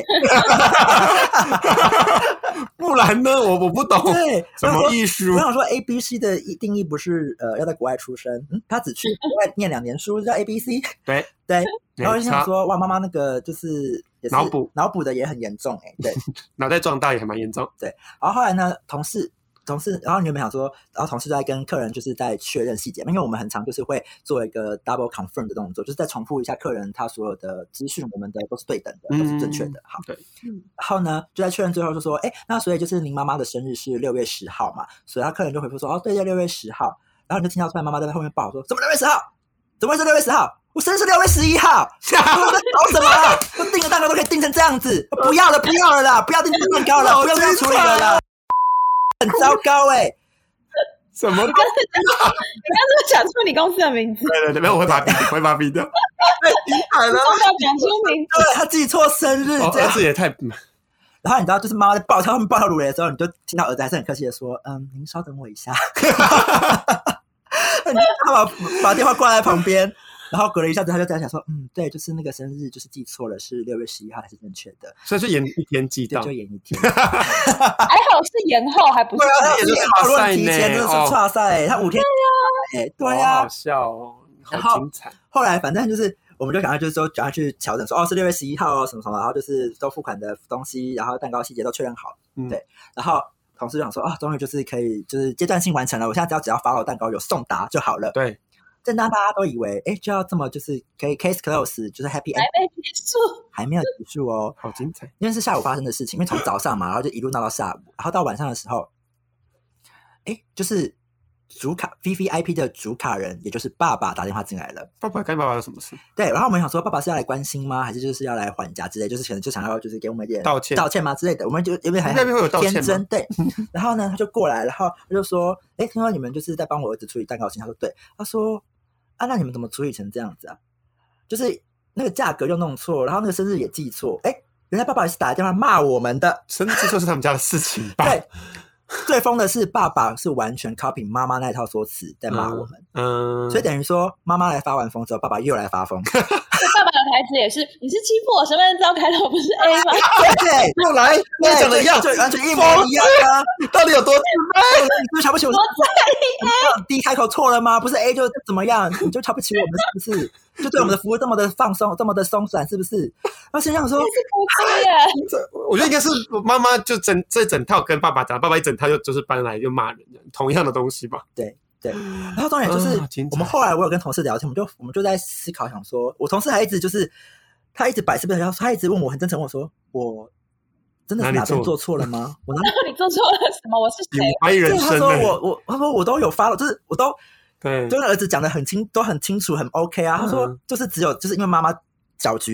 不然呢？我不懂。 对， 什么艺术？ 我想说 ABC 的定义不是要在国外出生，他只去国外念2年书叫 ABC。 对。 然后就想说哇，妈妈那个就是也是脑补的也很严重对， 脑袋壮大也还蛮严重。 对，然后后来呢，同事，然后你有没有想说，然后同事就在跟客人就是在确认细节嘛，因为我们很常就是会做一个 double confirm 的动作，就是再重复一下客人他所有的资讯，我们的都是对等的，都是正确的。好， 对， 然后呢，就在确认最后就说，那所以就是您妈妈的生日是6月10号嘛，所以他客人就回复说，对，6月10号，然后你就听到突然妈妈在后面报说，怎么6月10号？怎么会是6月10号？我生日是6月11号，我在搞什么啊？我订的蛋糕都可以订成这样子，不要了啦，不要订蛋糕了，不用这样处理了啦，很糟糕什么？ 你刚才讲出你公司的名字？ 对，没有，我会把它逼掉。太精彩了！ 讲出名字， 对，他记错生日， 这样子也太…… 然后你知道，就是妈妈在他们爆跳如雷的时候，你就听到儿子还是很客气的说：“您稍等我一下。”他把电话挂在旁边。然后隔了一下子，他就在想说，对，就是那个生日就是记错了，是6月11号还是正确的， 所以就延1天记到， 就延1天。 还好是延后，还不是延后论提前，真的是差赛，他5天。对啊， 好好笑哦，好精彩。 后来反正就是，我们就赶快就是说，赶快去调整说，是6月11号哦，什么什么，然后就是都付款的东西，然后蛋糕细节都确认好，对，然后同事就想说，终于就是可以，就是阶段性完成了，我现在只要follow蛋糕有送达就好了， 对。 正当大家都以为就要这么就是可以 case close 就是 happy end， 还没有结束哦， 好精彩！ 因为是下午发生的事情，因为从早上嘛，然后就一路闹到下午，然后到晚上的时候，就是主卡 VVIP 的主卡人，也就是爸爸打电话进来了。 爸爸跟爸爸有什么事？ 对，然后我们想说，爸爸是要来关心吗？还是就是要来还价之类？就是可能就想要就是给我们一点道歉吗之类的？我们就因为还很天真，对。然后呢，他就过来，然后他就说：“听说你们就是在帮我儿子处理蛋糕事情。”他说：“对。”他说。那你们怎么处理成这样子啊？就是那个价格又弄错，然后那个生日也记错。原来爸爸也是打电话骂我们的， 生日记错是他们家的事情吧？ 对，最疯的是爸爸是完全 copy 妈妈那一套说辞在骂我们。所以等于说妈妈来发完疯之后，爸爸又来发疯。 爸爸的台词也是：你是欺负我身份证照开头不是 A 吗？ 对， 又来，跟你讲的一样， 就完全一模一样啊！ 到底有多自卑？ 你是不是瞧不起我？D 开口错了吗？不是 A 就怎么样？你就瞧不起我们是不是？就对我们的服务这么的放松，这么的松散，是不是？他心想说： 我觉得应该是妈妈就这整套跟爸爸讲，爸爸一整套就是搬来就骂人，同样的东西吧？ 对。然后重点就是我们后来我有跟同事聊天，我们就在思考，想说我同事还一直就是他一直摆是不是，他一直问我很真诚，我说我真的是哪边做错了吗？我哪里做错了什么？我是谁？ 怀疑人生。 他说我都有发了，就是我都对， 就跟儿子讲的都很清楚，很 OK 啊。他说就是只有就是因为妈妈搅局，他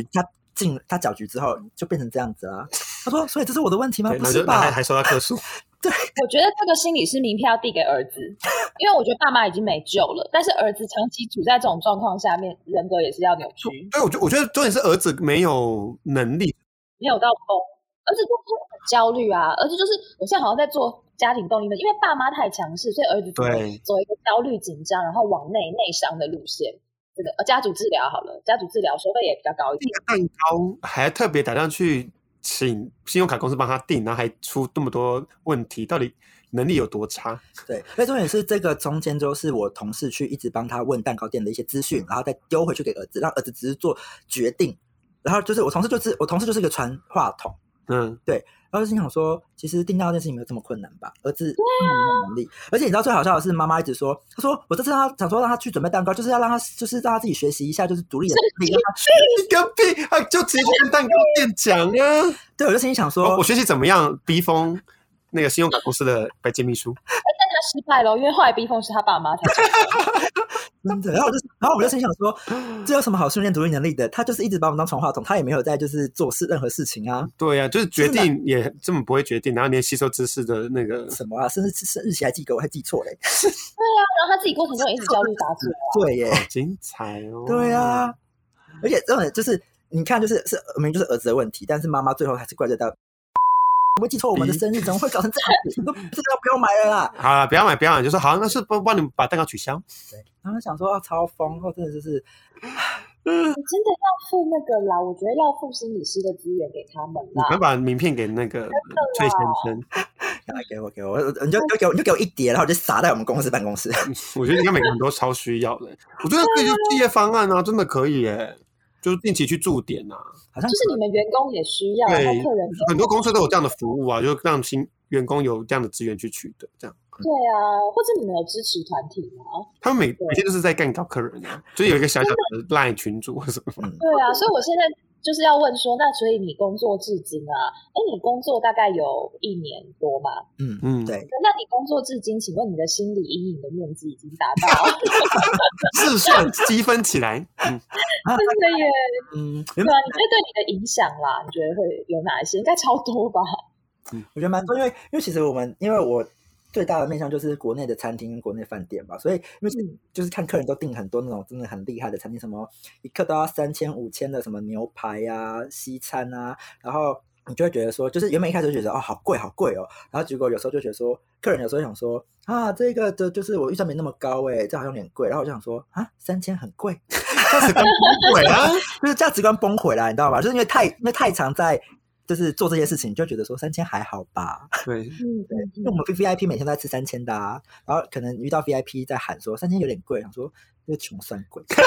进他搅局之后就变成这样子啦。他说所以这是我的问题吗？不是吧， 还收到客诉。 对， 我觉得这个心理师名片要递给儿子，因为我觉得爸妈已经没救了，但是儿子长期处在这种状况下面，人格也是要扭曲。 对，我觉得重点是儿子没有能力， 没有到疯，儿子就是很焦虑啊，儿子就是我现在好像在做家庭动力论，因为爸妈太强势，所以儿子走一个焦虑紧张，然后往内伤的路线。这个家族治疗好了，家族治疗收费也比较高一点。 蛋糕还特别打算去请信用卡公司帮他订，然后还出这么多问题，到底能力有多差？ 对，所以重点是这个中间就是我同事去一直帮他问蛋糕店的一些资讯，然后再丢回去给儿子，让儿子只是做决定。然后就是我同事就是一个传话筒，对。然后心想说，其实订到这件事情没有这么困难吧？儿子没有能力，而且你知道最好笑的是，妈妈一直说，她说我这次想说让他去准备蛋糕，就是要让他自己学习一下，就是独立的能力。 你个屁！啊，就直接去跟蛋糕店讲啊！ 对，我就心里想说， 我学习怎么样逼疯那个信用卡公司的白金秘书。 但他失败了，因为后来逼疯是他爸妈才成功。 真的，然后我就心想说，这有什么好训练独立能力的？他就是一直把我们当传话筒，他也没有在就是做任何事情啊。 对啊，就是决定也这么不会决定，然后连吸收知识的那个什么啊，甚至日期还记给我，还记错嘞。 对啊，然后他自己过程中也一直焦虑打字。 对耶， 好精彩哦。 对啊，而且这种就是你看，就是明明就是儿子的问题，但是妈妈最后还是怪罪到。我会记错我们的生日，怎么会搞成这样子？这个不用买了啦！ 好了，不要买，就说好，那是帮你们把蛋糕取消。 对，然后想说超疯，真的就是， 你真的要付那个啦，我觉得要付心理师的资源给他们啦。 你们把名片给那个崔先生， 给我，你就给我一叠，然后就撒在我们公司办公室。 我觉得应该每个人都超需要的。我觉得可以就企业方案啊，真的可以耶。就是定期去驻点啊， 好像就是你们员工也需要，然后客人很多公司都有这样的服务啊，就让新员工有这样的资源去取得，这样。 对啊，或者你们有支持团体吗？ 他们每天都是在干搞客人啊，就是有一个小小的 LINE 群组或什么。 对啊，所以我现在就是要问说，那所以你工作至今啊，你工作大概有1年多嘛？ 对。 那你工作至今，请问你的心理阴影的面积已经达到试算积分起来， 真的耶，对啊，你觉得对你的影响啦，你觉得会有哪一些？应该超多吧？ 我觉得蛮多，因为其实因为我最大的面向就是国内的餐厅跟国内饭店吧，所以因为就是看客人都订很多那种真的很厉害的餐厅，什么一客都要3000、5000的什么牛排啊、西餐啊，然后你就会觉得说，就是原本一开始就觉得好贵哦，然后结果有时候就觉得说，客人有时候想说啊，这个的就是我预算没那么高这好像有点贵，然后我就想说啊，3000很贵，价值观崩溃啊，就是价值观崩溃啦，你知道吗？就是因为太常在。就是做这些事情，就觉得说3000还好吧？ 对， 对，因为我们 VIP 每天都在吃3000的啊，然后可能遇到 VIP 在喊说3000有点贵，想说这穷算贵。我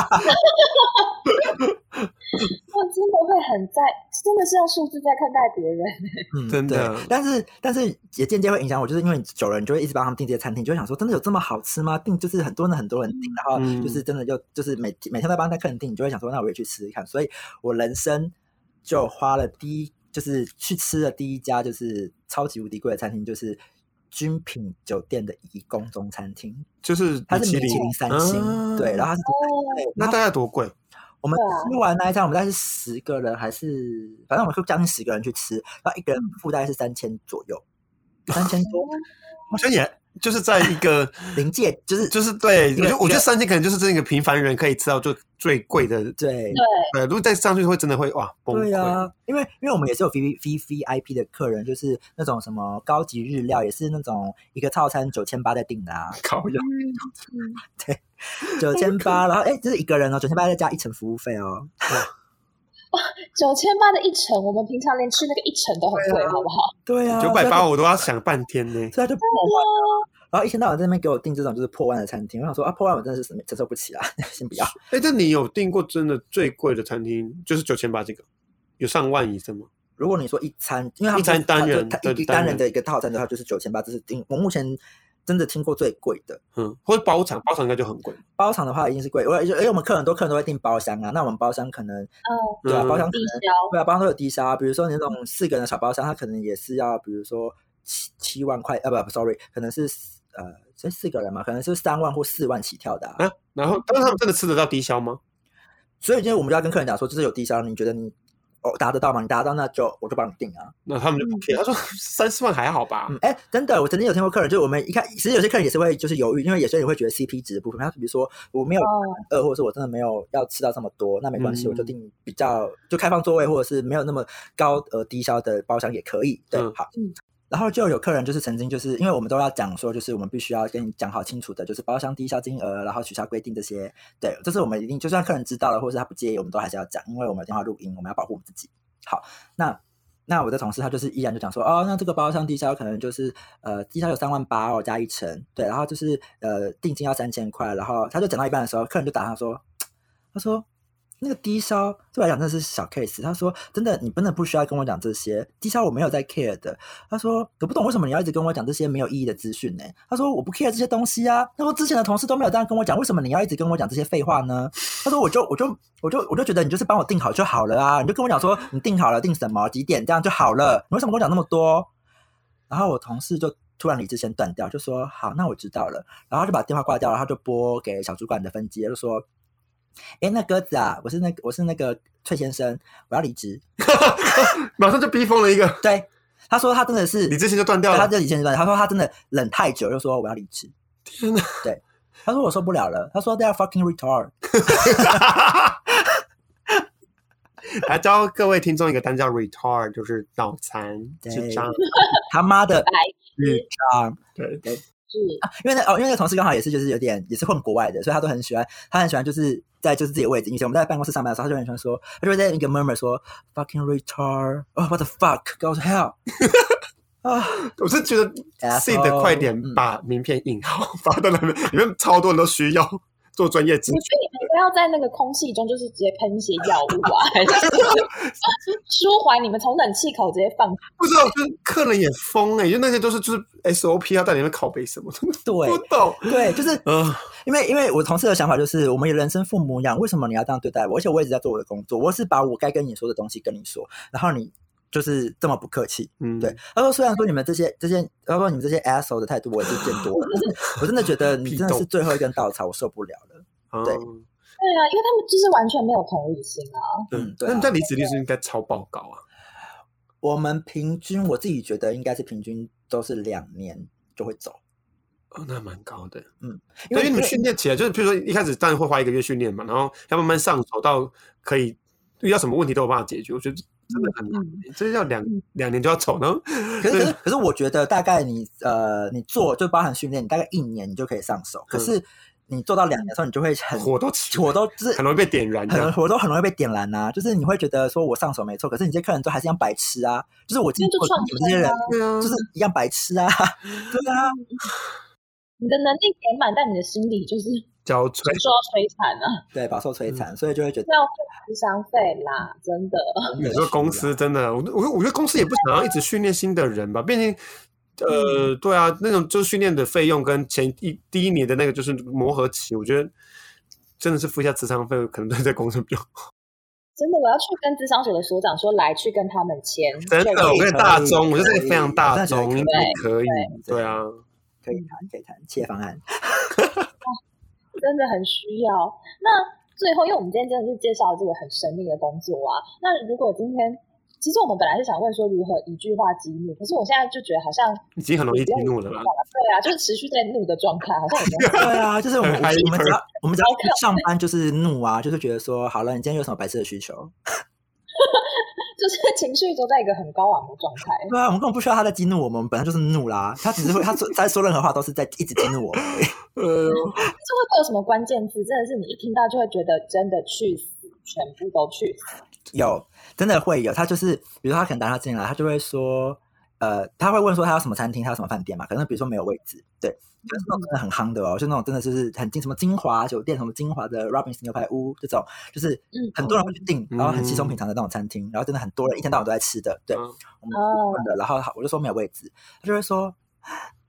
真的会很真的是用数字在看待别人。 真的。 但是也间接会影响我，就是因为久了，你就会一直帮他们订这些餐厅，就会想说，真的有这么好吃吗？订就是很多人订，然后就是真的就是每天都帮他客人订，你就会想说，那我也去吃吃看。所以我人生就花了就是去吃了第一家就是超级无敌贵的餐厅，就是君品酒店的怡宫中餐厅， 就是它是米其林3星，对，然后它是那大概多贵？ 我们吃完那一餐，我们大概是10个人，还是反正我们将近10个人去吃，然后一个人付大概是3000左右，3000多， 好像也。就是在一个临界， 就是对，我觉得3000可能就是这个平凡人可以吃到就最贵的， 对， 如果再上去会真的会哇崩溃。 对啊，因为我们也是有 VIP 的客人，就是那种什么高级日料，也是那种一个套餐9800在订的啊， 靠腰， 对，9800，然后就是一个人9800再加1成服务费哦。 9800的1成，我们平常连吃那个1成都很贵，好不好？ 对啊 ，980我都要想半天呢。 所以他就破万，然后一天到晚在那边给我订这种就是破万的餐厅，我想说啊，破万我真的是承受不起啦，先不要。 但你有订过真的最贵的餐厅，就是9800这个，有上万以上吗？ 如果你说一餐，因为他一餐单人单人的一个套餐的话，就是9800，这是我目前真的听过最贵的， 或者包场应该就很贵。 包场的话一定是贵，因为我们很多客人都会订包厢啊，那我们包厢可能，对啊，包厢可能对啊，包厢都有低消啊，比如说你那种4个人的小包厢，它可能也是要，比如说7万块，不 ，sorry， 可能是这4个人嘛，可能是3万或4万起跳的啊。 然后，但是他们真的吃得到低消吗？ 所以今天我们就要跟客人讲说，就是有低消，你觉得你达得到吗？你达得到那我就帮你定啊。 那他们就不 care，他说30万还好吧？ 真的，我曾经有听过客人，就是我们一看，其实有些客人也是会就是犹豫，因为有些人会觉得 CP 值的部分，他比如说我没有或者是我真的没有要吃到这么多，那没关系，我就定比较就开放座位，或者是没有那么高低消的包厢也可以。对，好。然后就有客人就是曾经就是因为我们都要讲说，就是我们必须要跟你讲好清楚的，就是包厢低消金额，然后取消规定这些。对，这是我们一定就算客人知道了，或是他不介意，我们都还是要讲，因为我们有电话录音，我们要保护我们自己。好，那我的同事他就是依然就讲说，那这个包厢低消可能就是低消有38000加1成，对，然后就是定金要3000块，然后他就讲到一半的时候，客人就打他说那个低消对我来讲真的是小 case。他说真的，你真的不需要跟我讲这些，低消我没有在 care 的。他说我不懂为什么你要一直跟我讲这些没有意义的资讯呢？他说我不 care 这些东西啊。他说之前的同事都没有这样跟我讲，为什么你要一直跟我讲这些废话呢？他说我就觉得你就是帮我定好就好了啊，你就跟我讲说你定好了定什么几点这样就好了，你为什么跟我讲那么多？然后我同事就突然理智先断掉，就说好，那我知道了，然后就把电话挂掉了，他就拨给小主管的分机，就说那鸽子啊，我是那个崔先生，我要离职。 马上就逼疯了一个。 对，他说他真的是理智线就断掉了。 他这理智线就断掉，他说他真的忍太久，就说我要离职。 天哪！ 对，他说我受不了了，他说 they are fucking retard。 来教各位听众一个单叫 retard， 就是脑残、智障， 他妈的智障。 对。 因为那个同事刚好也是就是有点也是混国外的，所以他很喜欢就是在就是自己的位置。以前我们在办公室上班的时候，他就很喜欢说，他就会在那个 murmur 说 fucking retard， what the fuck go to hell。 我是觉得 Sid 快点把名片印好发到那边，里面超多人都需要做专业知识。 我觉得你们应该要在那个空气中就是直接喷一些药物啊，还是舒缓你们从冷气口直接放。 不知道，就是客人也疯因为那些都是就是 SOP 要在里面拷贝什么， 对， 不懂。 对，就是因为我同事的想法就是，我们人生父母养，为什么你要这样对待我？而且我一直在做我的工作，我是把我该跟你说的东西跟你说，然后你就是这么不客气。对，他说虽然说你们这些，他说你们这些 asshole 的态度我也是见多了，但是我真的觉得你真的是最后一根稻草，我受不了了。对。 对啊，因为他们就是完全没有同理心啊。 对。那你在离职率是应该超报告啊？ 我们平均，我自己觉得应该是平均都是2年就会走。 那蛮高的。因为你们训练起来，就是比如说一开始当然会花1个月训练嘛，然后要慢慢上手到可以遇到什么问题都有办法解决。我觉得真的很难，这要两年就要走呢。 可是我觉得大概你做就包含训练，你大概1年你就可以上手。可是你做到2年的时候，你就会火都就是很容易被点燃， 火都很容易被点燃啊！就是你会觉得说我上手没错，可是你这些客人都还是一样白痴啊！就是我今天做你们这些人，就是一样白痴啊！对啊， 你的能力点满，但你的心理就是受到摧残啊！ 对，饱受摧残，所以就会觉得要付咨商费啦，真的。 有时候公司真的，我觉得公司也不想要一直训练新的人吧，毕竟。对啊，那种就是训练的费用跟第一年的那个就是磨合期，我觉得真的是付一下咨商费，可能对这公司比较好。 真的，我要去跟咨商所的所长说，来去跟他们签。 真的，我跟大宗，我觉得这个非常大宗，应该可以。对啊， 可以谈企业方案。 真的很需要。那最后，因为我们今天真的是介绍这个很神秘的工作啊，那如果今天。其实我们本来是想问说如何一句话激怒，可是我现在就觉得好像已经很容易激怒了啦。 对啊，就是持续在怒的状态，好像已经对啊，就是我们只要上班就是怒啊，就是觉得说好了，你今天有什么白痴的需求？ 就是情绪都在一个很高昂的状态。 对啊，我们根本不需要他在激怒我们，我们本来就是怒啦。他只是会他在说任何话都是在一直激怒我们。 这会有什么关键字？真的是你一听到就会觉得真的去死，全部都去死。 有，真的会有。他就是，比如说他可能打他进来，他就会说，他会问说他有什么餐厅，他有什么饭店嘛？可能比如说没有位置，对，就是那种真的很夯的哦，就那种真的就是很什么金华酒店，什么金华的 Robinson 牛排屋这种，就是很多人会去订，然后很稀松平常的那种餐厅，然后真的很多人一天到晚都在吃的，对，我们问的，然后我就说没有位置，他就会说。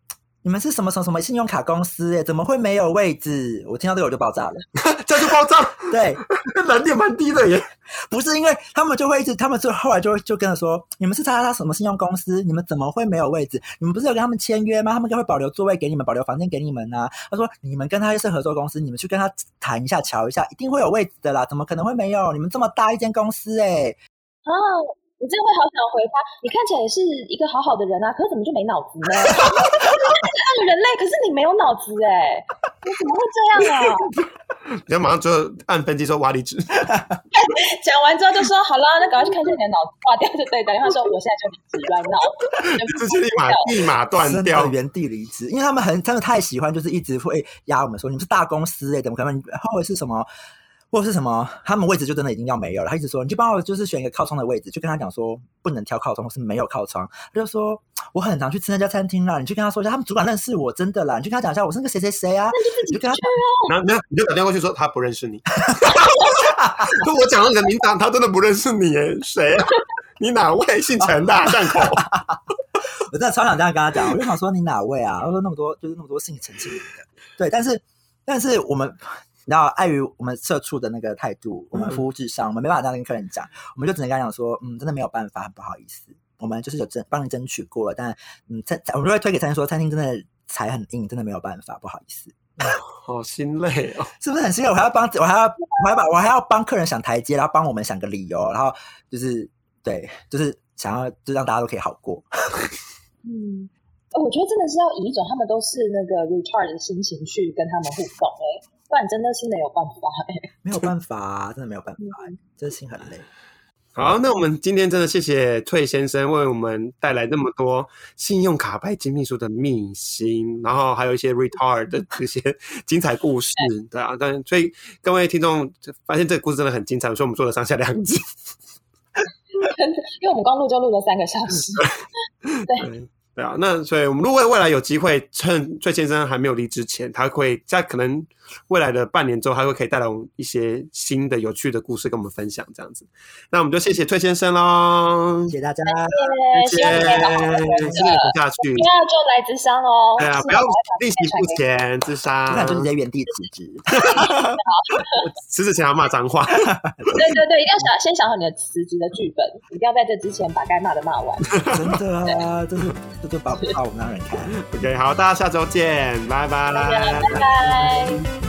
你们是什么什么什么信用卡公司耶，怎么会没有位置？我听到这个我就爆炸了。 这样就爆炸？ 对， 燃点蛮低的耶。 不是因为他们就会一直，他们就后来就跟他说，你们是他什么信用公司？你们怎么会没有位置？你们不是有跟他们签约吗？他们应该会保留座位给你们，保留房间给你们啊。他说你们跟他是合作公司，你们去跟他谈一下，瞧一下，一定会有位置的啦，怎么可能会没有？你们这么大一间公司我真的会好想回他，你看起来也是一个好好的人啊，可是怎么就没脑子呢？人类，可是你没有脑子哎，你怎么会这样啊？ 你要马上就按分机说挖离职。 讲完之后就说好了，那赶快去看一下你的脑子挂掉就对，打电话说我现在就离职软脑， 直接立马断掉， 原地离职，因为他们太喜欢，就是一直会压我们说你们是大公司怎么可能？或者是什么？或者是什么，他们位置就真的已经要没有了。他一直说，你就帮我就是选一个靠窗的位置，就跟他讲说不能挑靠窗，或是没有靠窗。他就说我很常去吃那家餐厅啦，你去跟他说一下，他们主管认识我，真的啦，你去跟他讲一下，我是那个谁谁谁啊， 你就跟他然后你就打电话过去说他不认识你。就我讲到你的名字，他真的不认识你耶，谁啊？你哪位？姓陈的巷口。 我真的超想这样跟他讲，我就想说你哪位啊？他说那么多，就是那么多姓陈姓名的。对，但是我们。然后碍于我们社畜的那个态度，我们服务至上，我们没办法这样跟客人讲，我们就只能跟他讲说，真的没有办法，很不好意思，我们就是有帮你争取过了，但我们就会推给餐厅说，餐厅真的财很硬，真的没有办法，不好意思。 好心累哦， 是不是很心累？我还要帮客人想台阶，然后帮我们想个理由，然后就是对，就是想要就让大家都可以好过。 我觉得真的是要以一种他们都是那个 retard 的心情去跟他们互动不然真的是没有办法没有办法啊，真的没有办法真的心很累。 好，那我们今天真的谢谢退先生为我们带来那么多信用卡拜金秘书的秘辛，然后还有一些 retard 的这些精彩故事。对啊，所以各位听众发现这个故事真的很精彩，所以我们做了上下2集。 因为我们刚录就录了3个小时。 对啊，那所以我们如果未来有机会，趁退先生还没有离职前，他会在可能未来的半年之后，他会可以带来一些新的有趣的故事跟我们分享，这样子。那我们就谢谢退先生咯， 谢谢大家， 谢谢，希望你可以好好的不下去， 不要就来咨商哦。 对啊，不要利息付钱，咨商， 不然就直接原地辞职。 辞职前要骂脏话。 对，一定要先想好你的辞职的剧本，一定要在这之前把该骂的骂完。 真的啊，这就把我们让人看。 OK， 好，大家下周见，拜拜， 拜拜。